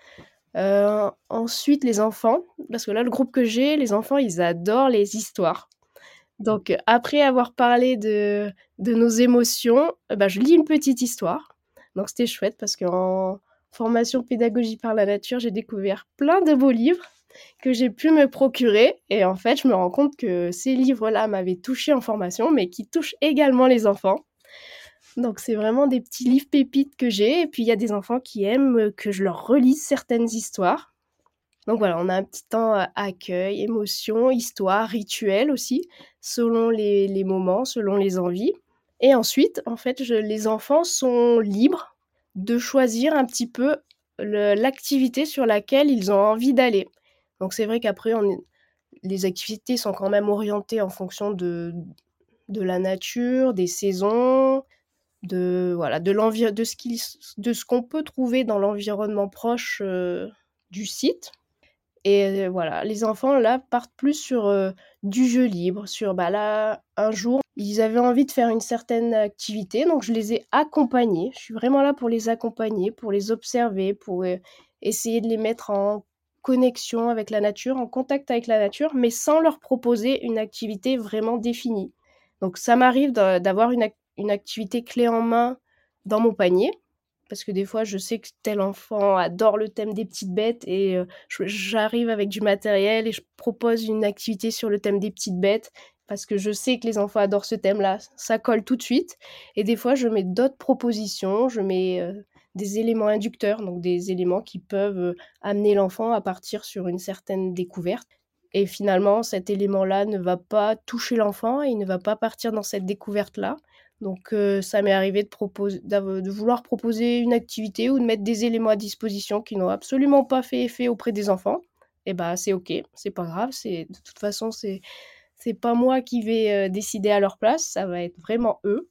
Heu, ensuite les enfants, parce que là, le groupe que j'ai, les enfants, ils adorent les histoires. Donc heu, après avoir parlé de de nos émotions, et bah, je lis une petite histoire. Donc c'était chouette parce qu'en formation pédagogie par la nature, j'ai découvert plein de beaux livres que j'ai pu me procurer et en fait, je me rends compte que ces livres-là m'avaient touchée en formation, mais qui touchent également les enfants. Donc c'est vraiment des petits livres pépites que j'ai et puis il y a des enfants qui aiment, que je leur relise certaines histoires. Donc voilà, on a un petit temps, heu, accueil, émotion, histoire, rituel aussi, selon les les moments, selon les envies et ensuite, en fait, je les enfants sont libres de choisir un petit peu le l'activité sur laquelle ils ont envie d'aller. Donc c'est vrai qu'après on est les activités sont quand même orientées en fonction de de la nature, des saisons, de voilà, de l'envie de ce qui de ce qu'on peut trouver dans l'environnement proche, heu, du site. Et voilà, les enfants là partent plus sur, heu, du jeu libre, sur bah, là, un jour, ils avaient envie de faire une certaine activité, donc je les ai accompagnés. Je suis vraiment là pour les accompagner, pour les observer, pour, heu, essayer de les mettre en connexion avec la nature, en contact avec la nature, mais sans leur proposer une activité vraiment définie. Donc ça m'arrive de d'avoir une ac une activité clé en main dans mon panier, parce que des fois, je sais que tel enfant adore le thème des petites bêtes et heu, je j'arrive avec du matériel et je propose une activité sur le thème des petites bêtes parce que je sais que les enfants adorent ce thème-là. Ça colle tout de suite et des fois, je mets d'autres propositions, je mets, heu, des éléments inducteurs, donc des éléments qui peuvent, heu, amener l'enfant à partir sur une certaine découverte et finalement, cet élément-là ne va pas toucher l'enfant et il ne va pas partir dans cette découverte-là. Donc heu, ça m'est arrivé de propos d'av de vouloir proposer une activité ou de mettre des éléments à disposition qui n'ont absolument pas fait effet auprès des enfants et bah, c'est OK, c'est pas grave, c'est de toute façon, c'est c'est pas moi qui vais, heu, décider à leur place, ça va être vraiment eux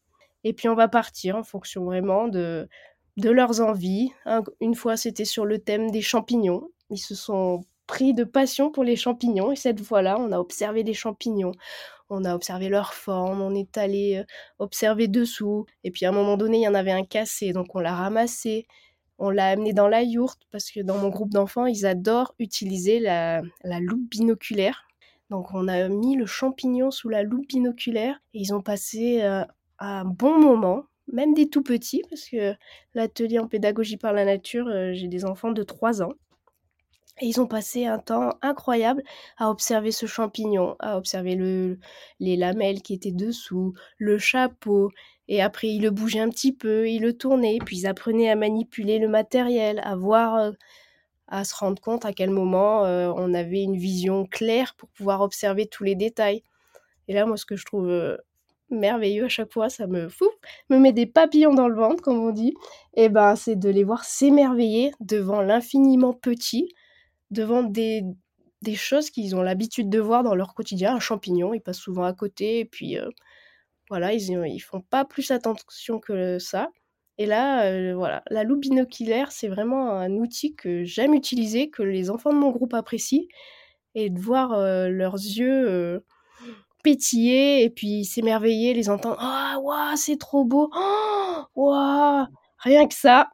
et puis on va partir en fonction vraiment de de leurs envies. Un une fois, c'était sur le thème des champignons. Ils se sont pris de passion pour les champignons et cette fois-là, on a observé les champignons. On a observé leur forme, on est allé, heu, observer dessous et puis à un moment donné, il y en avait un cassé, donc on l'a ramassé. On l'a amené dans la yourte parce que dans mon groupe d'enfants, ils adorent utiliser la la loupe binoculaire. Donc on a mis le champignon sous la loupe binoculaire et ils ont passé, heu, un bon moment, même des tout petits parce que l'atelier en pédagogie par la nature, heu, j'ai des enfants de trois ans et ils ont passé un temps incroyable à observer ce champignon, à observer le les lamelles qui étaient dessous, le chapeau et après ils le bougeaient un petit peu, ils le tournaient, puis ils apprenaient à manipuler le matériel, à voir, heu, à se rendre compte à quel moment, heu, on avait une vision claire pour pouvoir observer tous les détails et là, moi, ce que je trouve, heu, merveilleux à chaque fois, ça me fou, me met des papillons dans le ventre, comme on dit et ben, c'est de les voir s'émerveiller devant l'infiniment petit, devant des des choses qu'ils ont l'habitude de voir dans leur quotidien. Un champignon, ils passent souvent à côté et puis, heu, voilà, ils y ils font pas plus attention que ça et là, heu, voilà, la loupe binoculaire, c'est vraiment un outil que j'aime utiliser, que les enfants de mon groupe apprécient et de voir, heu, leurs yeux, heu, pétiller et puis s'émerveiller, les entendre: «Ah waouh, c'est trop beau! Waouh!» Rien que ça,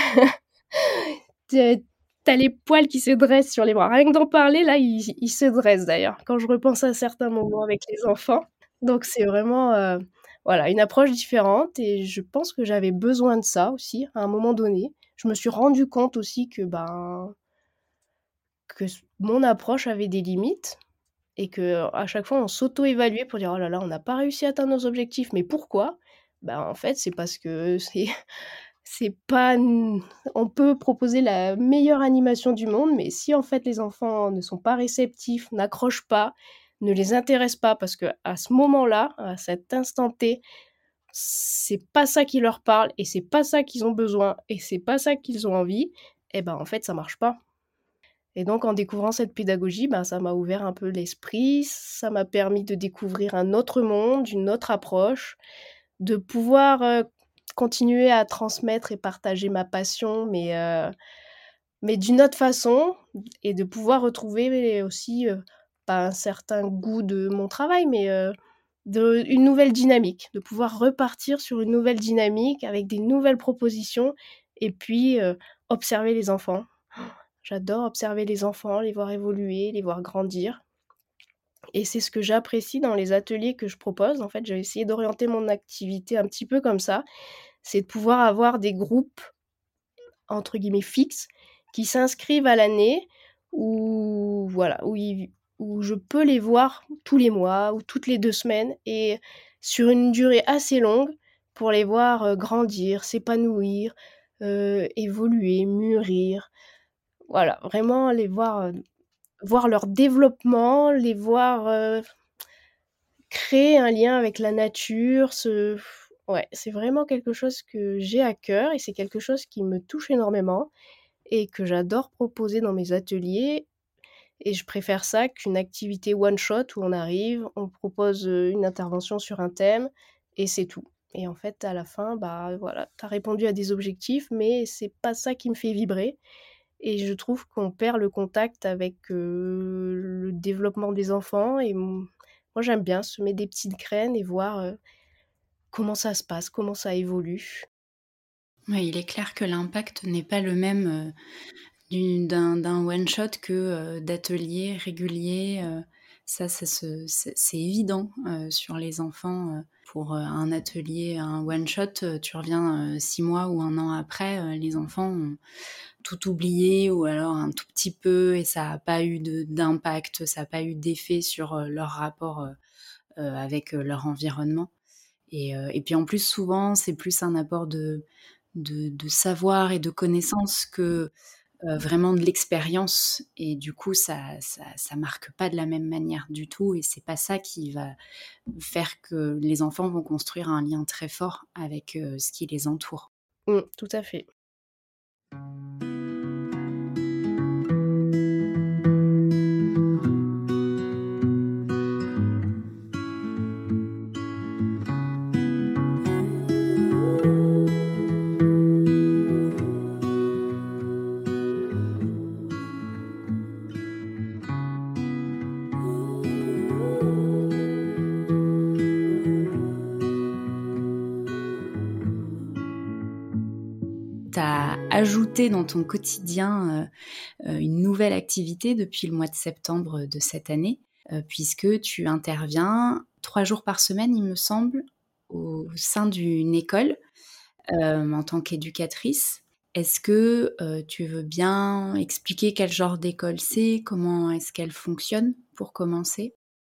tu tu as les poils qui se dressent sur les bras. Rien que d'en parler, là, ils ils se dressent d'ailleurs, quand je repense à certains moments avec les enfants. Donc c'est vraiment, heu, voilà, une approche différente et je pense que j'avais besoin de ça aussi, à un moment donné. Je me suis rendu compte aussi que, ben, que s mon approche avait des limites et qu'à chaque fois on s'auto-évaluait pour dire: «Oh là là, on n'a pas réussi à atteindre nos objectifs, mais pourquoi?» Ben, en fait, c'est parce que c'est c'est pas n on peut proposer la meilleure animation du monde, mais si en fait les enfants ne sont pas réceptifs, n'accrochent pas, ne les intéressent pas parce qu'à ce moment-là, à cet instant T, c'est pas ça qui leur parle et c'est pas ça qu'ils ont besoin et c'est pas ça qu'ils ont envie et ben, en fait, ça marche pas. Et donc en découvrant cette pédagogie, ben, ça m'a ouvert un peu l'esprit, ça m'a permis de découvrir un autre monde, une autre approche, de pouvoir, heu, continuer à transmettre et partager ma passion, mais heu, mais d'une autre façon et de pouvoir retrouver aussi, heu, pas un certain goût de mon travail, mais heu, de une nouvelle dynamique, de pouvoir repartir sur une nouvelle dynamique avec des nouvelles propositions et puis, heu, observer les enfants. J'adore observer les enfants, les voir évoluer, les voir grandir et c'est ce que j'apprécie dans les ateliers que je propose. En fait, j'ai essayé d'orienter mon activité un petit peu comme ça, c'est de pouvoir avoir des groupes entre guillemets «fixes» qui s'inscrivent à l'année où voilà, où ils où je peux les voir tous les mois ou toutes les deux semaines et sur une durée assez longue pour les voir, heu, grandir, s'épanouir, heu, évoluer, mûrir. Voilà, vraiment les voir, heu, voir leur développement, les voir, heu, créer un lien avec la nature, ce ouais, c'est vraiment quelque chose que j'ai à cœur et c'est quelque chose qui me touche énormément et que j'adore proposer dans mes ateliers et je préfère ça qu'une activité one shot où on arrive, on propose, heu, une intervention sur un thème et c'est tout et en fait, à la fin, bah, voilà, tu as répondu à des objectifs, mais c'est pas ça qui me fait vibrer et je trouve qu'on perd le contact avec, heu, le développement des enfants et m moi, j'aime bien semer des petites graines et voir, heu, comment ça se passe, comment ça évolue. Ouais, il est clair que l'impact n'est pas le même, heu, du d'un d'un one shot que, heu, d'ateliers réguliers, heu, ça ça se c'est c'est évident, heu, sur les enfants, heu, pour, heu, un atelier, un one shot, heu, tu reviens, heu, six mois ou un an après, heu, les enfants ont tout oublié ou alors un tout petit peu et ça a pas eu de d'impact, ça a pas eu d'effet sur, heu, leur rapport, heu heu, avec, heu, leur environnement et heu et puis en plus souvent c'est plus un apport de de de savoir et de connaissances que, heu, vraiment de l'expérience et du coup ça ça ça marque pas de la même manière du tout et c'est pas ça qui va faire que les enfants vont construire un lien très fort avec, heu, ce qui les entoure. Mmh, tout à fait. ajouté dans ton quotidien euh, euh, une nouvelle activité depuis le mois de septembre de cette année, euh, puisque tu interviens trois jours par semaine, il me semble, au sein d'une école euh, en tant qu'éducatrice. Est-ce que euh, tu veux bien expliquer quel genre d'école c'est, comment est-ce qu'elle fonctionne pour commencer ?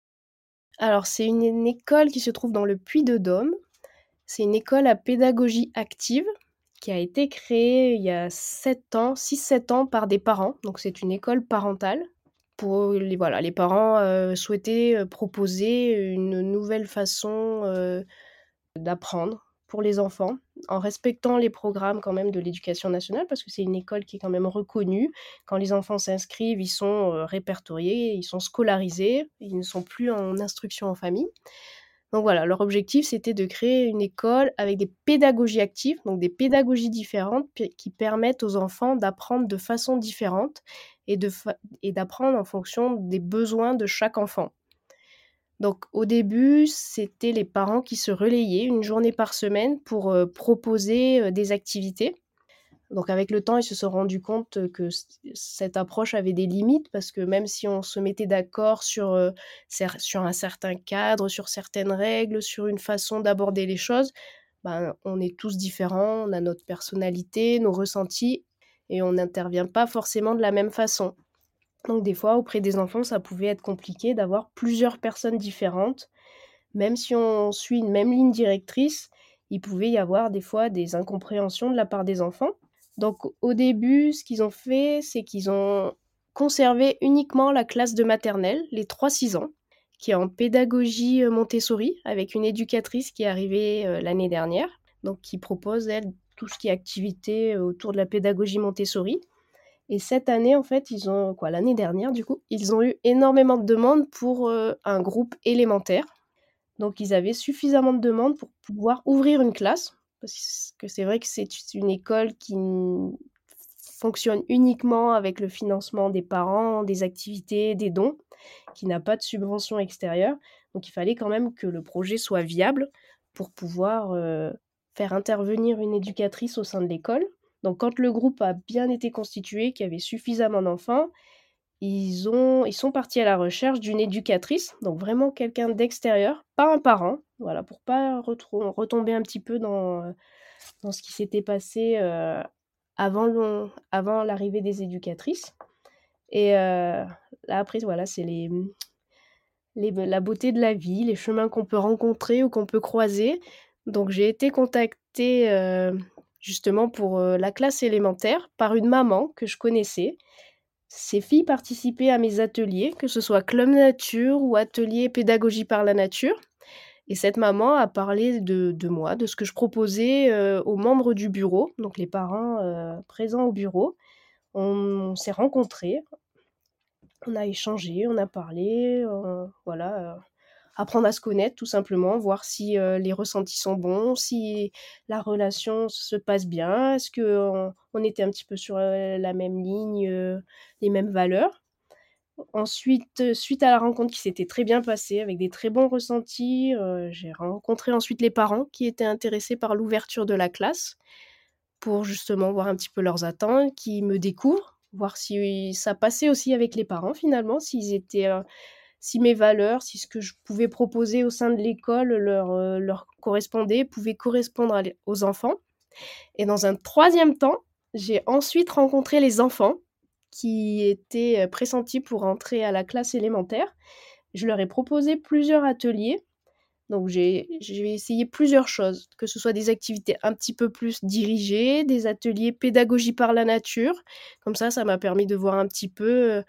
Alors, c'est une, une école qui se trouve dans le Puy-de-Dôme. C'est une école à pédagogie active qui a été créée il y a sept ans, six sept ans par des parents. Donc, c'est une école parentale. Pour les, voilà, les parents euh, souhaitaient euh, proposer une nouvelle façon euh, d'apprendre pour les enfants, en respectant les programmes quand même de l'éducation nationale, parce que c'est une école qui est quand même reconnue. Quand les enfants s'inscrivent, ils sont euh, répertoriés, ils sont scolarisés, ils ne sont plus en instruction en famille. Donc voilà, leur objectif, c'était de créer une école avec des pédagogies actives, donc des pédagogies différentes qui permettent aux enfants d'apprendre de façon différente et, de fa- et d'apprendre en fonction des besoins de chaque enfant. Donc au début, c'était les parents qui se relayaient une journée par semaine pour euh, proposer euh, des activités. Donc avec le temps, ils se sont rendus compte que c- cette approche avait des limites parce que même si on se mettait d'accord sur, euh, cer- sur un certain cadre, sur certaines règles, sur une façon d'aborder les choses, ben, on est tous différents, on a notre personnalité, nos ressentis et on n'intervient pas forcément de la même façon. Donc des fois, auprès des enfants, ça pouvait être compliqué d'avoir plusieurs personnes différentes. Même si on suit une même ligne directrice, il pouvait y avoir des fois des incompréhensions de la part des enfants. Donc au début, ce qu'ils ont fait, c'est qu'ils ont conservé uniquement la classe de maternelle, les trois six ans, qui est en pédagogie euh, Montessori, avec une éducatrice qui est arrivée euh, l'année dernière, donc qui propose, elle, tout ce qui est activité euh, autour de la pédagogie Montessori. Et cette année, en fait, ils ont, quoi, l'année dernière, du coup, ils ont eu énormément de demandes pour euh, un groupe élémentaire. Donc, ils avaient suffisamment de demandes pour pouvoir ouvrir une classe. Parce que c'est vrai que c'est une école qui n- fonctionne uniquement avec le financement des parents, des activités, des dons, qui n'a pas de subvention extérieure. Donc, il fallait quand même que le projet soit viable pour pouvoir euh, faire intervenir une éducatrice au sein de l'école. Donc, quand le groupe a bien été constitué, qu'il y avait suffisamment d'enfants, ils, ont, ils sont partis à la recherche d'une éducatrice, donc vraiment quelqu'un d'extérieur, pas un parent, voilà, pour pas retro- retomber un petit peu dans, euh, dans ce qui s'était passé euh, avant, le- avant l'arrivée des éducatrices. Et euh, là, après, voilà, c'est les, les, la beauté de la vie, les chemins qu'on peut rencontrer ou qu'on peut croiser. Donc, j'ai été contactée euh, justement pour euh, la classe élémentaire par une maman que je connaissais. Ces filles participaient à mes ateliers, que ce soit club nature ou atelier pédagogie par la nature. Et cette maman a parlé de, de moi, de ce que je proposais euh, aux membres du bureau, donc les parents euh, présents au bureau. On, on s'est rencontrés, on a échangé, on a parlé, euh, voilà, euh, apprendre à se connaître tout simplement, voir si euh, les ressentis sont bons, si la relation se passe bien, est-ce qu'on on était un petit peu sur euh, la même ligne, euh, les mêmes valeurs. Ensuite, euh, suite à la rencontre qui s'était très bien passée, avec des très bons ressentis, euh, j'ai rencontré ensuite les parents qui étaient intéressés par l'ouverture de la classe pour justement voir un petit peu leurs attentes, qui me découvrent, voir si ça passait aussi avec les parents finalement, s'ils étaient, euh, si mes valeurs, si ce que je pouvais proposer au sein de l'école leur, euh, leur correspondait, pouvait correspondre à les- aux enfants. Et dans un troisième temps, j'ai ensuite rencontré les enfants qui étaient euh, pressentis pour entrer à la classe élémentaire. Je leur ai proposé plusieurs ateliers. Donc j'ai, j'ai essayé plusieurs choses, que ce soit des activités un petit peu plus dirigées, des ateliers pédagogie par la nature. Comme ça, ça m'a permis de voir un petit peu euh,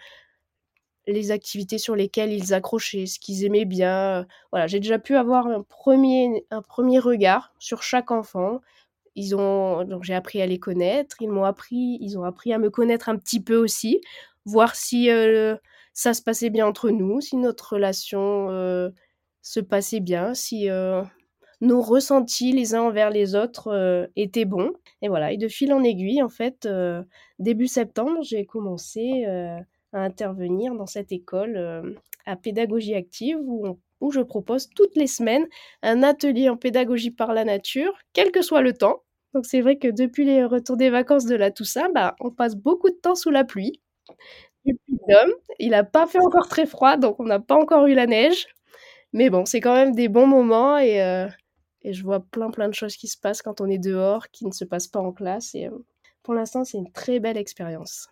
les activités sur lesquelles ils accrochaient, ce qu'ils aimaient bien. Voilà, j'ai déjà pu avoir un premier, un premier regard sur chaque enfant. Ils ont, donc j'ai appris à les connaître, ils m'ont appris, ils ont appris à me connaître un petit peu aussi, voir si euh, ça se passait bien entre nous, si notre relation euh, se passait bien, si euh, nos ressentis les uns envers les autres euh, étaient bons. Et voilà, et de fil en aiguille, en fait, euh, début septembre, j'ai commencé euh, à intervenir dans cette école euh, à pédagogie active où, on- où je propose toutes les semaines un atelier en pédagogie par la nature, quel que soit le temps. Donc c'est vrai que depuis les retours des vacances de la Toussaint, bah, on passe beaucoup de temps sous la pluie. Le Puy-de-Dôme, il a pas fait encore très froid, donc on n'a pas encore eu la neige. Mais bon, c'est quand même des bons moments et heu et je vois plein, plein de choses qui se passent quand on est dehors, qui ne se passent pas en classe et heu, pour l'instant, c'est une très belle expérience.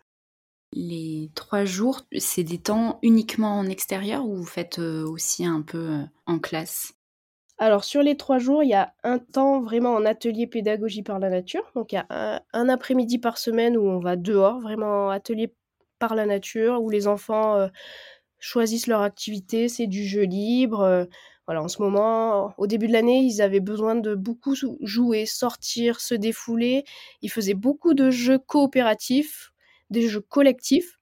Les trois jours, c'est des temps uniquement en extérieur ou vous faites, heu, aussi un peu, heu, en classe? Alors sur les trois jours, il y a un temps vraiment en atelier pédagogie par la nature. Donc il y a un un après-midi par semaine où on va dehors, vraiment atelier par la nature, où les enfants, heu, choisissent leur activité. C'est du jeu libre, heu, voilà, en ce moment, au début de l'année, ils avaient besoin de beaucoup sou jouer, sortir, se défouler. Ils faisaient beaucoup de jeux coopératifs, des jeux collectifs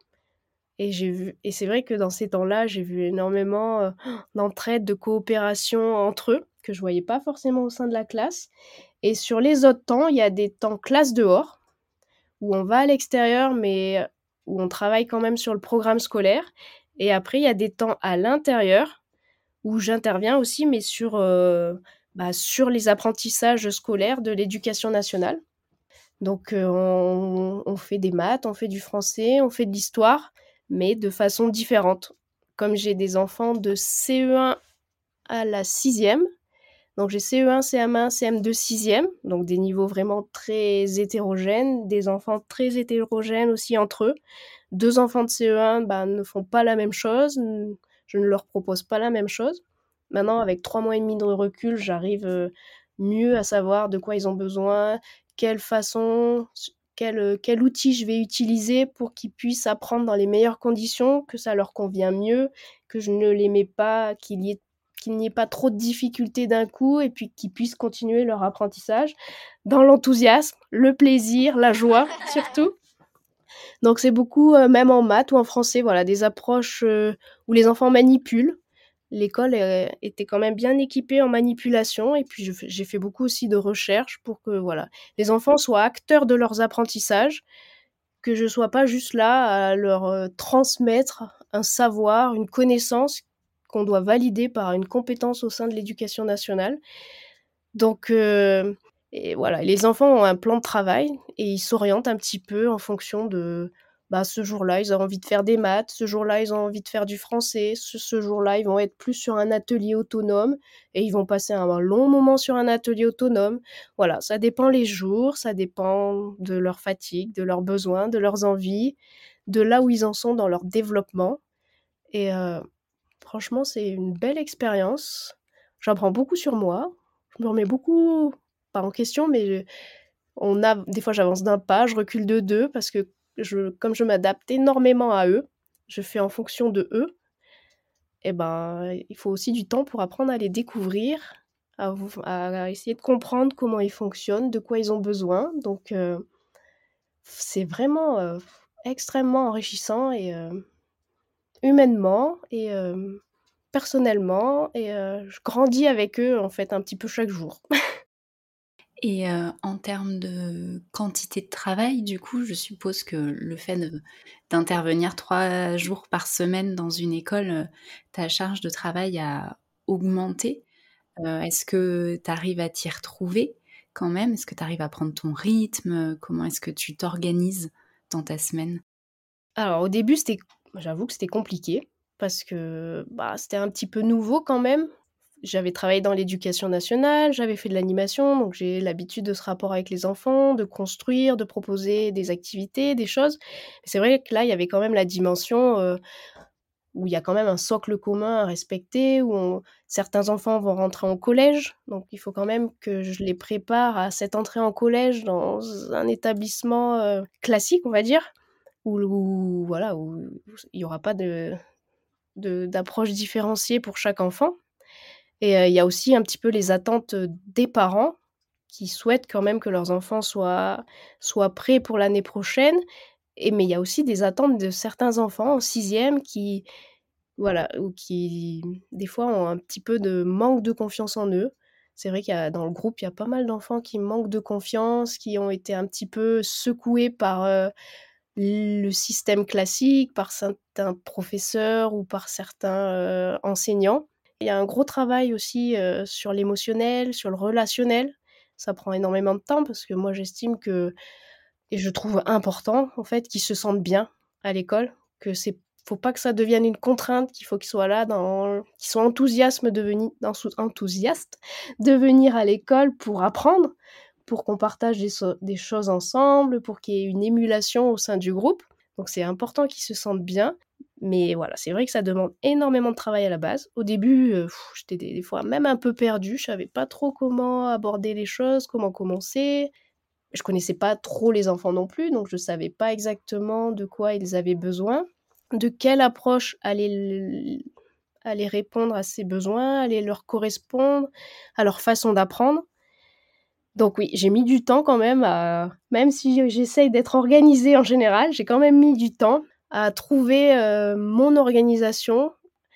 et j'ai vu et c'est vrai que dans ces temps-là, j'ai vu énormément, heu, d'entraide, de coopération entre eux, que je voyais pas forcément au sein de la classe et sur les autres temps, il y a des temps classe dehors, où on va à l'extérieur, mais où on travaille quand même sur le programme scolaire et après il y a des temps à l'intérieur, où j'interviens aussi, mais sur, heu, bah, sur les apprentissages scolaires de l'éducation nationale. Donc heu, on on fait des maths, on fait du français, on fait de l'histoire, mais de façon différente. Comme j'ai des enfants de C E un à la sixième, donc j'ai C E un, C M un, C M deux, sixième, donc des niveaux vraiment très hétérogènes, des enfants très hétérogènes aussi entre eux. deux enfants de C E un, bah, ne font pas la même chose, n je ne leur propose pas la même chose. Maintenant, avec trois mois et demi de recul, j'arrive, heu, mieux à savoir de quoi ils ont besoin, quelle façon, s quel, heu, quel outil je vais utiliser pour qu'ils puissent apprendre dans les meilleures conditions, que ça leur convient mieux, que je ne les mets pas qu'il y ait qu'il n'y ait pas trop de difficultés d'un coup et puis qu'ils puissent continuer leur apprentissage dans l'enthousiasme, le plaisir, la joie surtout. Donc c'est beaucoup, heu, même en maths ou en français, voilà, des approches, heu, où les enfants manipulent. L'école, heu, était quand même bien équipée en manipulation et puis je fais j'ai fait beaucoup aussi de recherches pour que, voilà, les enfants soient acteurs de leurs apprentissages, que je sois pas juste là à leur, heu, transmettre un savoir, une connaissance qu'on doit valider par une compétence au sein de l'éducation nationale. Donc heu et voilà, les enfants ont un plan de travail et ils s'orientent un petit peu en fonction de, bah, ce jour-là, ils ont envie de faire des maths, ce jour-là, ils ont envie de faire du français, ce ce jour-là, ils vont être plus sur un atelier autonome et ils vont passer un long moment sur un atelier autonome. Voilà, ça dépend les jours, ça dépend de leur fatigue, de leurs besoins, de leurs envies, de là où ils en sont dans leur développement et heu, franchement, c'est une belle expérience. J'apprends beaucoup sur moi, je me remets beaucoup, pas en question, mais on a des fois j'avance d'un pas, je recule de deux parce que je comme je m'adapte énormément à eux, je fais en fonction de eux et ben, il faut aussi du temps pour apprendre à les découvrir, à v à essayer de comprendre comment ils fonctionnent, de quoi ils ont besoin donc heu, c'est vraiment, heu, extrêmement enrichissant et heu, humainement et hem, personnellement et heu, je grandis avec eux, en fait, un petit peu chaque jour. Et heu, en termes de quantité de travail, du coup, je suppose que le fait de d'intervenir trois jours par semaine dans une école, heu, ta charge de travail a augmenté. Heu, est-ce que tu arrives à t'y retrouver quand même? Est-ce que tu arrives à prendre ton rythme? Comment est-ce que tu t'organises dans ta semaine? Alors au début, c'était j'avoue que c'était compliqué parce que, bah, c'était un petit peu nouveau quand même. J'avais travaillé dans l'éducation nationale, j'avais fait de l'animation, donc j'ai l'habitude de ce rapport avec les enfants, de construire, de proposer des activités, des choses. C'est vrai que là, il y avait quand même la dimension, heu, où il y a quand même un socle commun à respecter, où on certains enfants vont rentrer en collège, donc il faut quand même que je les prépare à cette entrée en collège dans un établissement, heu, classique, on va dire. Où où voilà, où il y aura pas de de d'approche différenciée pour chaque enfant et heu, il y a aussi un petit peu les attentes, heu, des parents qui souhaitent quand même que leurs enfants soient soient prêts pour l'année prochaine et mais il y a aussi des attentes de certains enfants en sixième qui voilà, ou qui, des fois, ont un petit peu de manque de confiance en eux. C'est vrai qu'il y a dans le groupe, il y a pas mal d'enfants qui manquent de confiance, qui ont été un petit peu secoués par, heu, le système classique, par certains professeurs ou par certains, heu, enseignants. Il y a un gros travail aussi, heu, sur l'émotionnel, sur le relationnel. ça prend énormément de temps parce que moi j'estime que et je trouve important en fait qu'ils se sentent bien à l'école, que c'est faut pas que ça devienne une contrainte, qu'il faut qu'ils soient là dans qu'ils soient enthousiasme de veni d'ensou enthousiastes de venir à l'école pour apprendre, pour qu'on partage des so des choses ensemble, pour qu'il y ait une émulation au sein du groupe. Donc c'est important qu'ils se sentent bien, mais voilà, c'est vrai que ça demande énormément de travail à la base. Au début, heu, j'étais des des fois même un peu perdue, je savais pas trop comment aborder les choses, comment commencer. Je connaissais pas trop les enfants non plus, donc je savais pas exactement de quoi ils avaient besoin, de quelle approche allait l allait répondre à ces besoins, allait leur correspondre, à leur façon d'apprendre. Donc oui, j'ai mis du temps quand même à même si je j'essaye d'être organisée en général, j'ai quand même mis du temps à trouver, heu, mon organisation,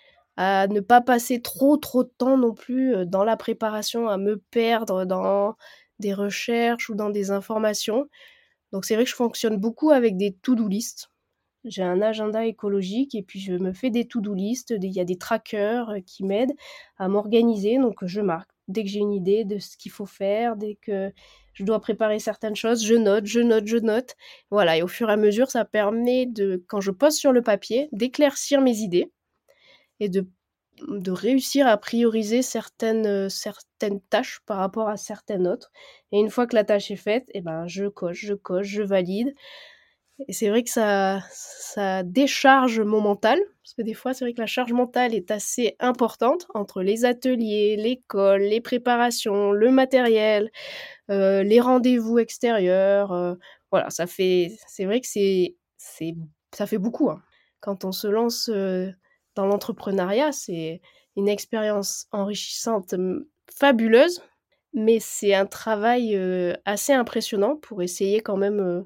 à ne pas passer trop, trop de temps non plus, heu, dans la préparation, à me perdre dans des recherches ou dans des informations. Donc c'est vrai que je fonctionne beaucoup avec des to-do list. J'ai un agenda écologique et puis je me fais des to-do list, des il y a des trackers, heu, qui m'aident à m'organiser, donc je marque. Dès que j'ai une idée de ce qu'il faut faire, dès que je dois préparer certaines choses, je note, je note, je note. Voilà et au fur et à mesure, ça permet de quand je pose sur le papier, d'éclaircir mes idées et de de réussir à prioriser certaines, heu, certaines tâches par rapport à certaines autres et une fois que la tâche est faite et ben, je coche, je coche, je valide et c'est vrai que ça ça décharge mon mental, parce que des fois, c'est vrai que la charge mentale est assez importante entre les ateliers, l'école, les préparations, le matériel, heu, les rendez-vous extérieurs, heu, voilà, ça fait c'est vrai que c'est c'est ça fait beaucoup, hein. Quand on se lance, heu, dans l'entrepreneuriat, c'est une expérience enrichissante, mmh, fabuleuse, mais c'est un travail, heu, assez impressionnant pour essayer quand même, heu,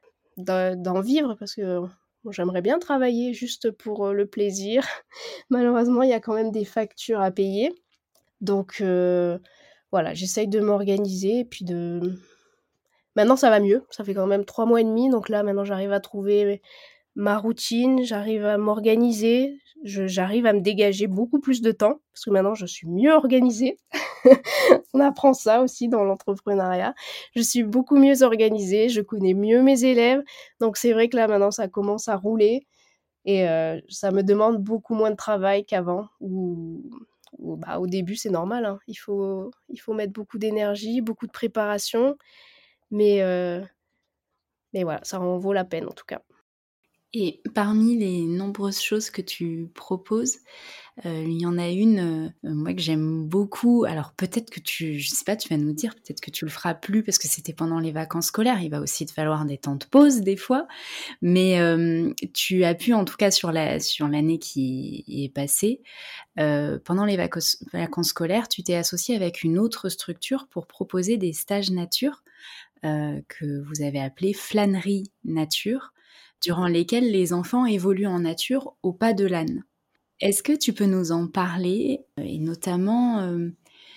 de d'en vivre parce que moi, j'aimerais bien travailler juste pour, heu, le plaisir. Malheureusement, il y a quand même des factures à payer. Donc heu, voilà, j'essaye de m'organiser et puis de maintenant ça va mieux, ça fait quand même trois mois et demi, donc là maintenant j'arrive à trouver ma routine, j'arrive à m'organiser, je j'arrive à me dégager beaucoup plus de temps, parce que maintenant je suis mieux organisée. On apprend ça aussi dans l'entrepreneuriat. Je suis beaucoup mieux organisée, je connais mieux mes élèves, donc c'est vrai que là maintenant ça commence à rouler et heu, ça me demande beaucoup moins de travail qu'avant où où bah, au début c'est normal, hein, il faut il faut mettre beaucoup d'énergie, beaucoup de préparation, mais heu, mais voilà, ça en vaut la peine en tout cas. Et parmi les nombreuses choses que tu proposes, heu, il y en a une, heu, moi que j'aime beaucoup. Alors peut-être que tu je sais pas, tu vas nous dire, peut-être que tu le feras plus parce que c'était pendant les vacances scolaires. Il va aussi te falloir des temps de pause des fois. Mais, hem, tu as pu en tout cas sur la sur l'année qui est passée, heu, pendant les vacos vacances scolaires, tu t'es associée avec une autre structure pour proposer des stages nature, heu, que vous avez appelés Flânerie Nature, durant lesquels les enfants évoluent en nature au pas de l'âne. Est-ce que tu peux nous en parler et notamment, hem,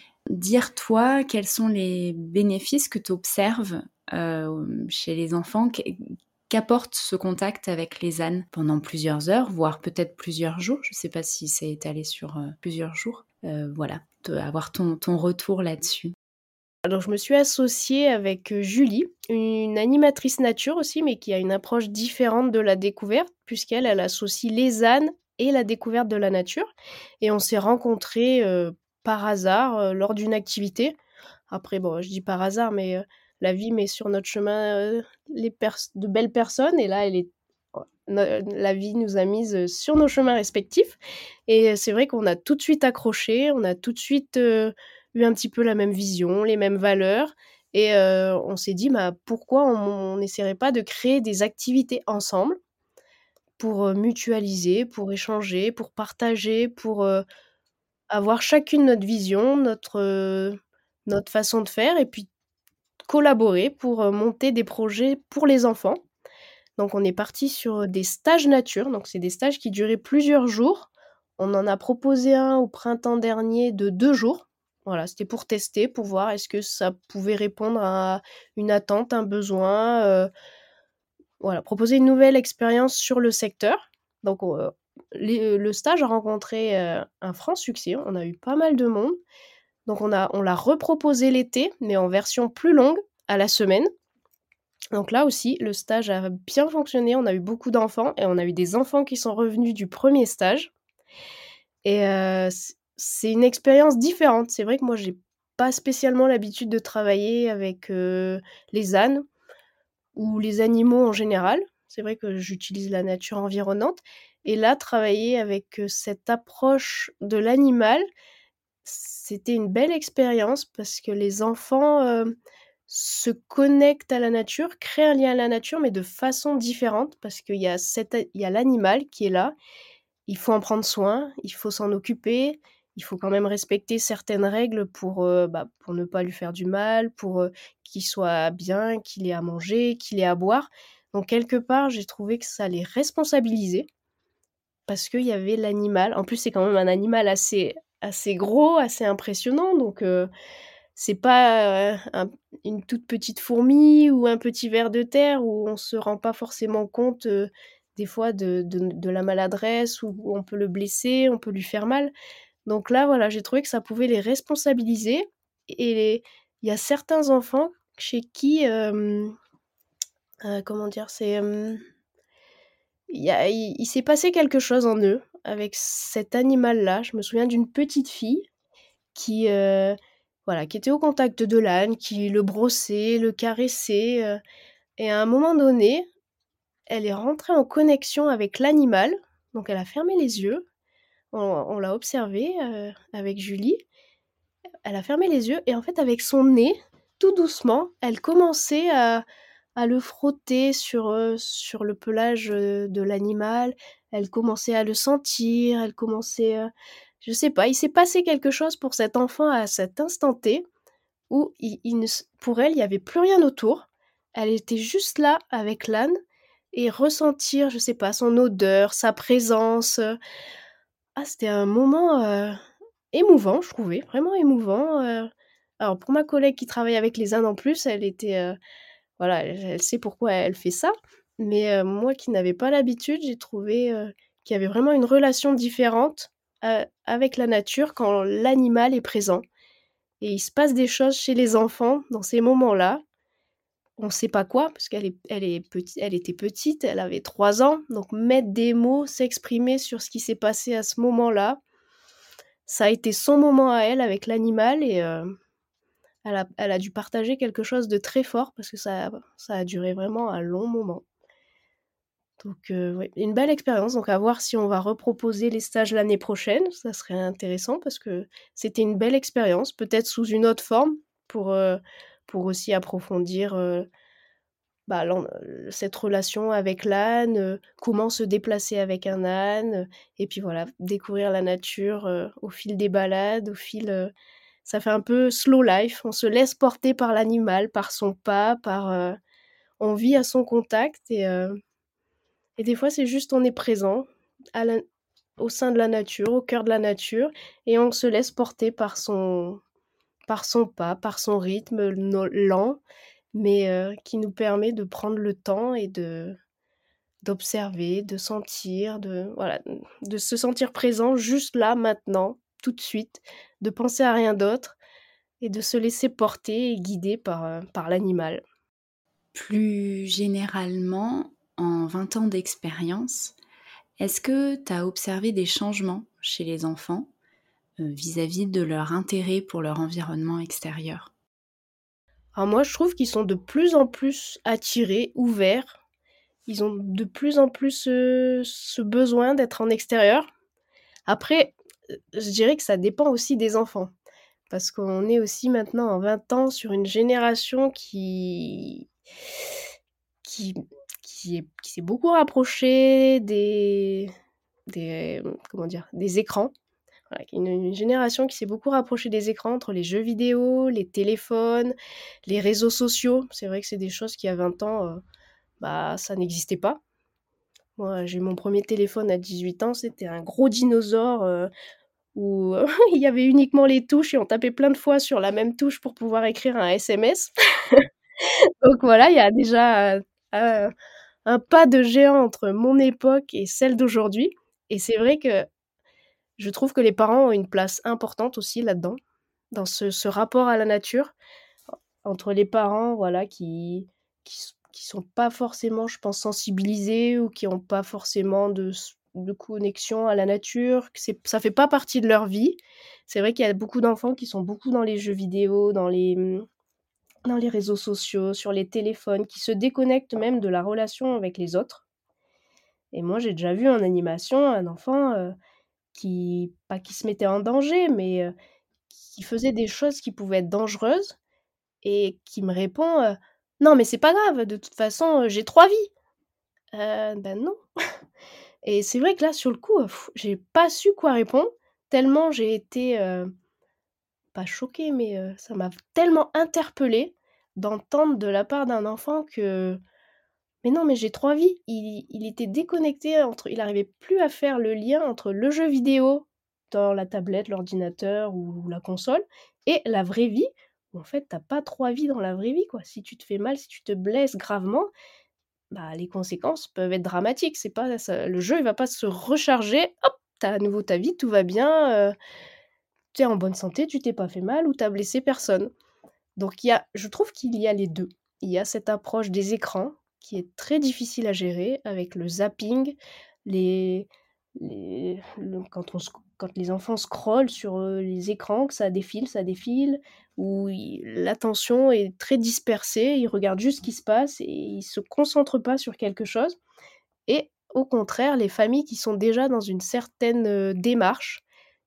dire toi quels sont les bénéfices que tu observes, hem, chez les enfants? Qu'est qu'apporte ce contact avec les ânes pendant plusieurs heures, voire peut-être plusieurs jours? Je ne sais pas si c'est étalé sur, heu, plusieurs jours. Heu, voilà, te avoir ton ton retour là-dessus. Alors je me suis associée avec, heu, Julie, une animatrice nature aussi, mais qui a une approche différente de la découverte, puisqu'elle, elle associe les ânes et la découverte de la nature et on s'est rencontrés, heu, par hasard, heu, lors d'une activité. Après bon, je dis par hasard, mais, heu, la vie met sur notre chemin, heu, les pers de belles personnes et là elle est ne la vie nous a mises, sur nos chemins respectifs et heu, c'est vrai qu'on a tout de suite accroché, on a tout de suite, heu, eu un petit peu la même vision, les mêmes valeurs et heu, on s'est dit: «Bah, pourquoi on n'essaierait pas de créer des activités ensemble pour, heu, mutualiser, pour échanger, pour partager, pour, heu, avoir chacune notre vision, notre, heu, notre façon de faire et puis collaborer pour, heu, monter des projets pour les enfants». Donc on est parti sur, des stages nature, donc c'est des stages qui duraient plusieurs jours. On en a proposé un au printemps dernier de deux jours. Voilà, c'était pour tester, pour voir est-ce que ça pouvait répondre à une attente, un besoin, heu, voilà, proposer une nouvelle expérience sur le secteur. Donc on, les le stage a rencontré, heu, un franc succès, on a eu pas mal de monde. Donc on a on l'a reproposé l'été, mais en version plus longue, à la semaine. Donc là aussi, le stage a bien fonctionné. On a eu beaucoup d'enfants et on a eu des enfants qui sont revenus du premier stage et heu, c c'est une expérience différente. C'est vrai que moi, j'ai pas spécialement l'habitude de travailler avec, heu, les ânes ou les animaux en général. C'est vrai que j'utilise la nature environnante et là, travailler avec, heu, cette approche de l'animal, c'était une belle expérience parce que les enfants, heu, se connectent à la nature, créent un lien à la nature, mais de façon différente parce qu'il y a cet a il y a l'animal qui est là, il faut en prendre soin, il faut s'en occuper, il faut quand même respecter certaines règles pour, heu, bah, pour ne pas lui faire du mal, pour, heu, qu'il soit bien, qu'il ait à manger, qu'il ait à boire. Donc quelque part, j'ai trouvé que ça les responsabilisait parce qu'il y avait l'animal. En plus, c'est quand même un animal assez assez gros, assez impressionnant, donc heu, c'est pas, heu, un une toute petite fourmi ou un petit ver de terre où on se rend pas forcément compte, heu, des fois de de de la maladresse, où on peut le blesser, on peut lui faire mal. Donc là, voilà, j'ai trouvé que ça pouvait les responsabiliser et il y a certains enfants chez qui, hem, heu, comment dire? C'est, hem, il y a il il s'est passé quelque chose en eux avec cet animal-là. Je me souviens d'une petite fille qui, heu, voilà, qui était au contact de l'âne, qui le brossait, le caressait, heu et à un moment donné, elle est rentrée en connexion avec l'animal, donc elle a fermé les yeux. On on l'a observée, heu, avec Julie. Elle a fermé les yeux et en fait, avec son nez, tout doucement, elle commençait à à le frotter sur, heu, sur le pelage, heu, de l'animal. Elle commençait à le sentir, elle commençait, heu, je sais pas, il s'est passé quelque chose pour cet enfant à cet instant T où il il ne s pour elle, il y avait plus rien autour. Elle était juste là avec l'âne et ressentir, je sais pas, son odeur, sa présence, heu. Ah, c'était un moment, heu, émouvant, je trouvais, vraiment émouvant, heu. Alors pour ma collègue qui travaille avec les ânes en plus, elle était, heu, voilà, elle elle sait pourquoi elle fait ça, mais heu, moi qui n'avais pas l'habitude, j'ai trouvé, heu, qu'il y avait vraiment une relation différente, heu, avec la nature quand l'animal est présent et il se passe des choses chez les enfants dans ces moments-là. On sait pas quoi parce qu'elle est elle est peti elle était petite, elle avait trois ans, donc mettre des mots, s'exprimer sur ce qui s'est passé à ce moment-là, ça a été son moment à elle avec l'animal et heu, elle a elle a dû partager quelque chose de très fort parce que ça ça a duré vraiment un long moment. Donc heu, ouais, une belle expérience, donc à voir si on va reproposer les stages l'année prochaine, ça serait intéressant parce que c'était une belle expérience, peut-être sous une autre forme pour, heu, pour aussi approfondir, heu, bah, l'en heu, cette relation avec l'âne, heu, comment se déplacer avec un âne, heu et puis voilà, découvrir la nature, heu, au fil des balades, au fil, heu ça fait un peu slow life. On se laisse porter par l'animal, par son pas, par, heu on vit à son contact et heu et des fois, c'est juste on est présent à l'in au sein de la nature, au cœur de la nature et on se laisse porter par son par son pas, par son rythme no lent, mais heu, qui nous permet de prendre le temps et de d'observer, de sentir, de voilà, de se sentir présent juste là, maintenant, tout de suite, de penser à rien d'autre et de se laisser porter et guider par, heu, par l'animal. Plus généralement, en vingt ans d'expérience, est-ce que tu as observé des changements chez les enfants, heu, vis-à-vis de leur intérêt pour leur environnement extérieur? Alors moi, je trouve qu'ils sont de plus en plus attirés, ouverts. Ils ont de plus en plus, heu, ce besoin d'être en extérieur. Après, heu, je dirais que ça dépend aussi des enfants. Parce qu'on est aussi maintenant en vingt ans sur une génération qui qui qui est qui s'est beaucoup rapprochée des des, mmh, comment dire? Des écrans. Voilà, une une génération qui s'est beaucoup rapprochée des écrans, entre les jeux vidéo, les téléphones, les réseaux sociaux. C'est vrai que c'est des choses qui, à vingt ans, heu, bah, ça n'existait pas. Moi, j'ai eu mon premier téléphone à dix-huit ans, c'était un gros dinosaure, heu, où il y avait uniquement les touches et on tapait plein de fois sur la même touche pour pouvoir écrire un S M S. Donc voilà, il y a déjà, heu, un un pas de géant entre mon époque et celle d'aujourd'hui et c'est vrai que je trouve que les parents ont une place importante aussi là-dedans. dans ce ce rapport à la nature, entre les parents, voilà, qui qui s qui sont pas forcément, je pense, sensibilisés ou qui ont pas forcément de s de connexion à la nature, que c'est ça fait pas partie de leur vie. C'est vrai qu'il y a beaucoup d'enfants qui sont beaucoup dans les jeux vidéo, dans les, mmh, dans les réseaux sociaux, sur les téléphones, qui se déconnectent même de la relation avec les autres. Et moi, j'ai déjà vu en animation un enfant, heu, qui pas qui se mettait en danger, mais, heu, qui faisait des choses qui pouvaient être dangereuses et qui me répond, heu: «Non mais c'est pas grave, de toute façon, heu, j'ai trois vies». Heu, bah non. Et c'est vrai que là, sur le coup, heu, j'ai pas su quoi répondre, tellement j'ai été, heu, pas choquée, mais, heu, ça m'a tellement interpellée d'entendre de la part d'un enfant que: «Mais non, mais j'ai trois vies». Il il était déconnecté entre il arrivait plus à faire le lien entre le jeu vidéo dans la tablette, l'ordinateur ou la console et la vraie vie, où en fait, tu as pas trois vies dans la vraie vie, quoi. Si tu te fais mal, si tu te blesses gravement, bah, les conséquences peuvent être dramatiques. C'est pas ça le jeu, il va pas se recharger, hop, tu as à nouveau ta vie, tout va bien, heu, tu es en bonne santé, tu t'es pas fait mal ou tu as blessé personne. Donc il y a je trouve qu'il y a les deux. Il y a cette approche des écrans qui est très difficile à gérer avec le zapping, les les le quand on sc quand les enfants scrollent sur, heu, les écrans, que ça défile, ça défile, où ils l'attention est très dispersée, ils regardent juste ce qui se passe et ils se concentrent pas sur quelque chose et au contraire, les familles qui sont déjà dans une certaine, heu, démarche,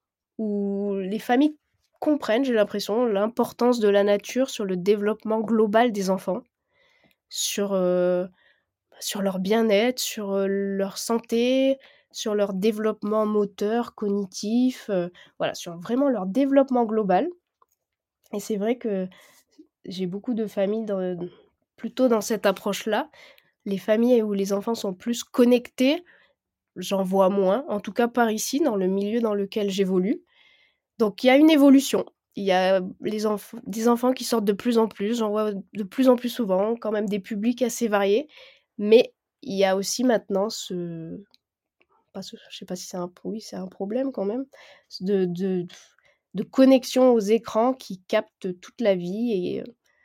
où les familles comprennent, j'ai l'impression, l'importance de la nature sur le développement global des enfants, sur, heu, sur leur bien-être, sur, heu, leur santé, sur leur développement moteur, cognitif, heu, voilà, sur vraiment leur développement global et c'est vrai que j'ai beaucoup de familles dans plutôt dans cette approche-là. Les familles où les enfants sont plus connectés, j'en vois moins, en tout cas par ici, dans le milieu dans lequel j'évolue. Donc il y a une évolution. Il y a les enf des enfants qui sortent de plus en plus, j'en vois de plus en plus souvent, quand même des publics assez variés. Mais il y a aussi maintenant ce pas ce je sais pas si c'est un oui, c'est un problème quand même, de de de connexion aux écrans qui captent toute la vie et heu,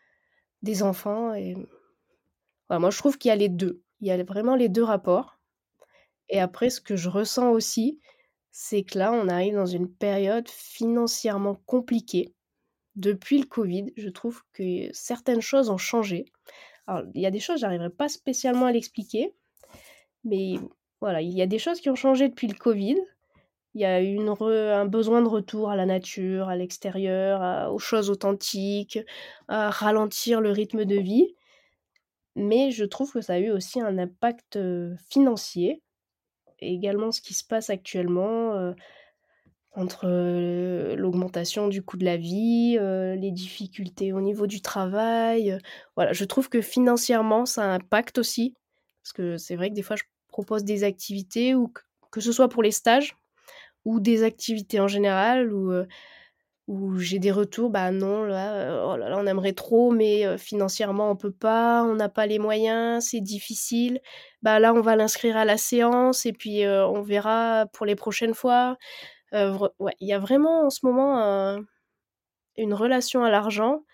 des enfants et voilà, moi je trouve qu'il y a les deux. Il y a vraiment les deux rapports et après ce que je ressens aussi, c'est que là, on arrive dans une période financièrement compliquée. Depuis le covid, je trouve que certaines choses ont changé. Alors, il y a des choses, j'arriverai pas spécialement à l'expliquer, mais voilà, il y a des choses qui ont changé depuis le covid. Il y a eu une re un besoin de retour à la nature, à l'extérieur, à aux choses authentiques, à ralentir le rythme de vie. Mais je trouve que ça a eu aussi un impact, heu, financier et également ce qui se passe actuellement, heu entre, heu, l'augmentation du coût de la vie, heu, les difficultés au niveau du travail, heu, voilà, je trouve que financièrement ça impacte aussi. Parce que c'est vrai que des fois je propose des activités ou q que ce soit pour les stages ou des activités en général où, heu, où j'ai des retours: «Bah non là, heu, oh là là on aimerait trop mais, heu, financièrement on peut pas, on n'a pas les moyens, c'est difficile. Bah là on va l'inscrire à la séance et puis, heu, on verra pour les prochaines fois». Heu, vre ouais, il y a vraiment en ce moment un une relation à l'argent.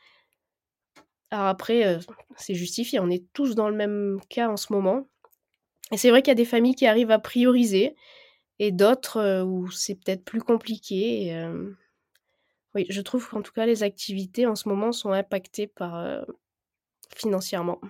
Alors après, heu, c'est justifié, on est tous dans le même cas en ce moment et c'est vrai qu'il y a des familles qui arrivent à prioriser et d'autres, heu, où c'est peut-être plus compliqué et hem, oui, je trouve qu'en tout cas les activités en ce moment sont impactées par, heu, financièrement.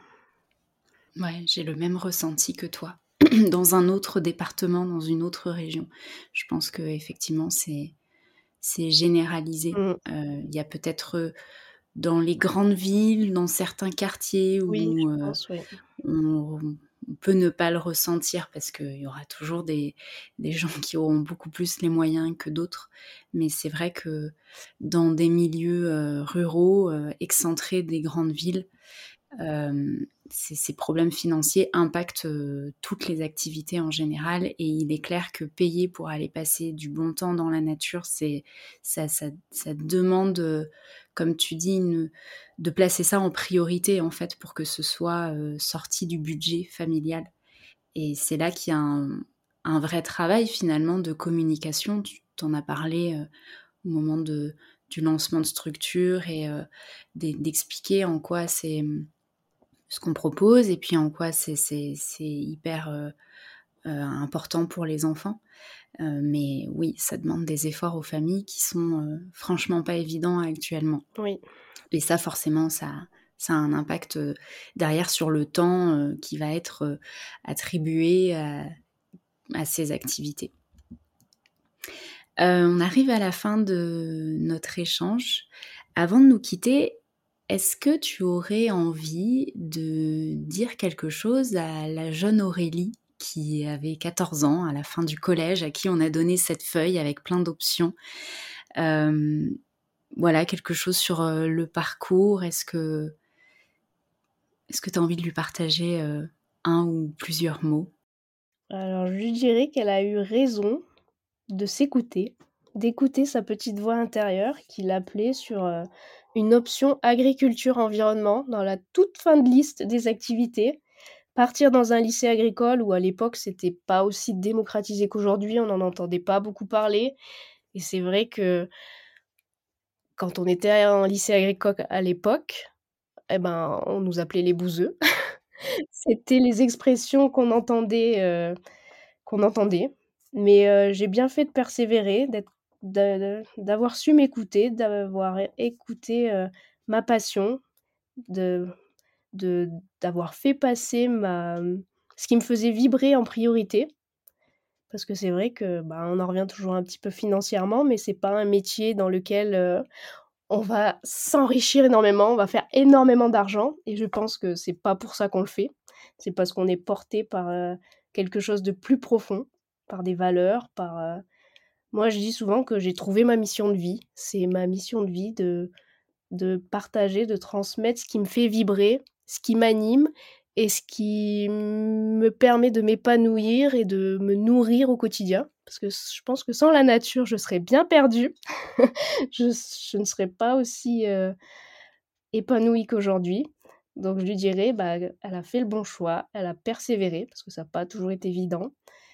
Ouais, j'ai le même ressenti que toi. Dans un autre département, dans une autre région. Je pense qu'effectivement, c'est c'est généralisé. Mmh. Heu, il y a peut-être, heu, dans les grandes villes, dans certains quartiers Oui, je où, heu, pense, oui. on on peut ne pas le ressentir parce qu'il y aura toujours des des gens qui auront beaucoup plus les moyens que d'autres. Mais c'est vrai que dans des milieux, heu, ruraux, heu, excentrés des grandes villes, Hem, ces ces problèmes financiers impactent, heu, toutes les activités en général et il est clair que payer pour aller passer du bon temps dans la nature, c'est ça ça ça demande, heu, comme tu dis, une de placer ça en priorité, en fait, pour que ce soit, heu, sorti du budget familial et c'est là qu'il y a un un vrai travail, finalement, de communication. Tu tu en as parlé, heu, au moment de du lancement de structure et euh, d'expliquer en quoi c'est ce qu'on propose et puis en quoi c'est, c'est, c'est hyper euh, euh, important pour les enfants. Euh, mais oui, ça demande des efforts aux familles qui sont euh, franchement pas évidents actuellement. Oui. Et ça, forcément, ça, ça a un impact euh, derrière sur le temps euh, qui va être euh, attribué à, à ces activités. Euh, on arrive à la fin de notre échange. Avant de nous quitter, est-ce que tu aurais envie de dire quelque chose à la jeune Aurélie qui avait quatorze ans à la fin du collège, à qui on a donné cette feuille avec plein d'options. Euh, voilà, quelque chose sur euh, le parcours. Est-ce que est-ce que tu as envie de lui partager euh, un ou plusieurs mots ? Alors, je lui dirais qu'elle a eu raison de s'écouter, d'écouter sa petite voix intérieure qui l'appelait sur euh, une option agriculture-environnement dans la toute fin de liste des activités. Partir dans un lycée agricole où à l'époque c'était pas aussi démocratisé qu'aujourd'hui, on n'en entendait pas beaucoup parler. Et c'est vrai que quand on était en lycée agricole à l'époque, eh ben, on nous appelait les bouseux. C'était les expressions qu'on entendait, heu, qu'on entendait. Mais heu, j'ai bien fait de persévérer, d'être de de d'avoir su m'écouter, d'avoir écouté, heu, ma passion, de de d'avoir fait passer ma ce qui me faisait vibrer en priorité. Parce que c'est vrai que, bah, on en revient toujours un petit peu financièrement, mais c'est pas un métier dans lequel, heu, on va s'enrichir énormément, on va faire énormément d'argent et je pense que c'est pas pour ça qu'on le fait. C'est parce qu'on est porté par, heu, quelque chose de plus profond, par des valeurs, par, heu moi je dis souvent que j'ai trouvé ma mission de vie. C'est ma mission de vie de de partager, de transmettre ce qui me fait vibrer, ce qui m'anime et ce qui me permet de m'épanouir et de me nourrir au quotidien. Parce que s je pense que sans la nature, je serais bien perdue. Je s je ne serais pas aussi, heu, épanouie qu'aujourd'hui. Donc je lui dirais, bah, elle a fait le bon choix, elle a persévéré parce que ça a pas toujours été évident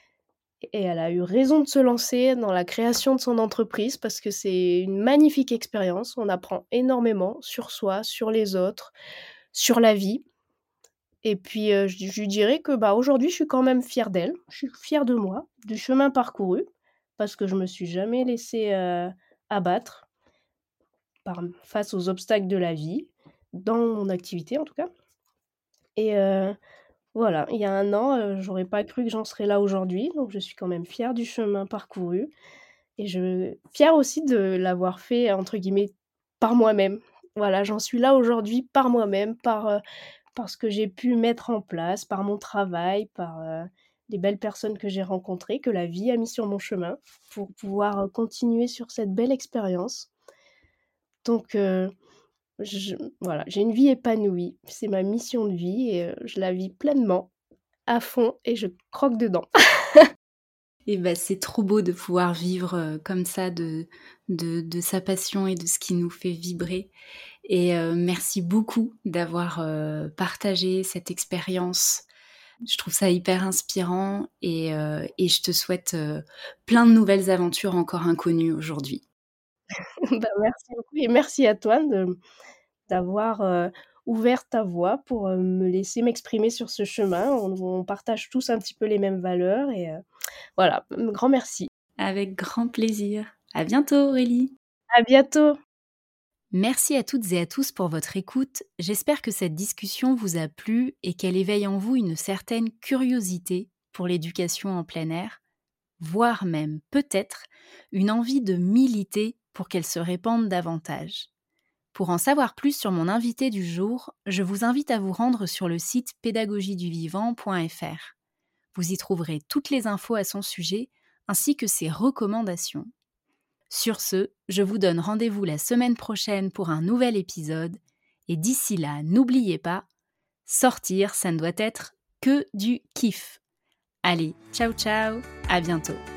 et elle a eu raison de se lancer dans la création de son entreprise parce que c'est une magnifique expérience. On apprend énormément sur soi, sur les autres, sur la vie et puis, heu, je je lui dirais que, bah, aujourd'hui, je suis quand même fière d'elle. Je suis fière de moi, du chemin parcouru parce que je me suis jamais laissée, heu, abattre par face aux obstacles de la vie, dans mon activité en tout cas et heu, voilà, il y a un an, heu, j'aurais pas cru que j'en serais là aujourd'hui, donc je suis quand même fière du chemin parcouru et je fière aussi de l'avoir fait entre guillemets «par moi-même». Voilà, j'en suis là aujourd'hui par moi-même, par, heu, par ce que j'ai pu mettre en place, par mon travail, par, heu, les belles personnes que j'ai rencontrées, que la vie a mis sur mon chemin pour pouvoir, heu, continuer sur cette belle expérience. Donc heu, je voilà, j'ai une vie épanouie, c'est ma mission de vie et heu, je la vis pleinement, à fond et je croque dedans. Et bah, c'est trop beau de pouvoir vivre euh, comme ça de, de, de sa passion et de ce qui nous fait vibrer. Et euh, merci beaucoup d'avoir euh, partagé cette expérience. Je trouve ça hyper inspirant et, euh, et je te souhaite euh, plein de nouvelles aventures encore inconnues aujourd'hui. Bah, merci beaucoup et merci à toi de d'avoir, heu, ouvert ta voix pour, heu, me laisser m'exprimer sur ce chemin. On on partage tous un petit peu les mêmes valeurs et heu, voilà, un grand merci. Avec grand plaisir. À bientôt Aurélie. À bientôt. Merci à toutes et à tous pour votre écoute. J'espère que cette discussion vous a plu et qu'elle éveille en vous une certaine curiosité pour l'éducation en plein air, voire même peut-être une envie de militer pour qu'elle se répande davantage. Pour en savoir plus sur mon invité du jour, je vous invite à vous rendre sur le site pédagogie du vivant point f r. Vous y trouverez toutes les infos à son sujet ainsi que ses recommandations. Sur ce, je vous donne rendez-vous la semaine prochaine pour un nouvel épisode. Et d'ici là, n'oubliez pas, sortir, ça ne doit être que du kiff. Allez, ciao ciao, à bientôt.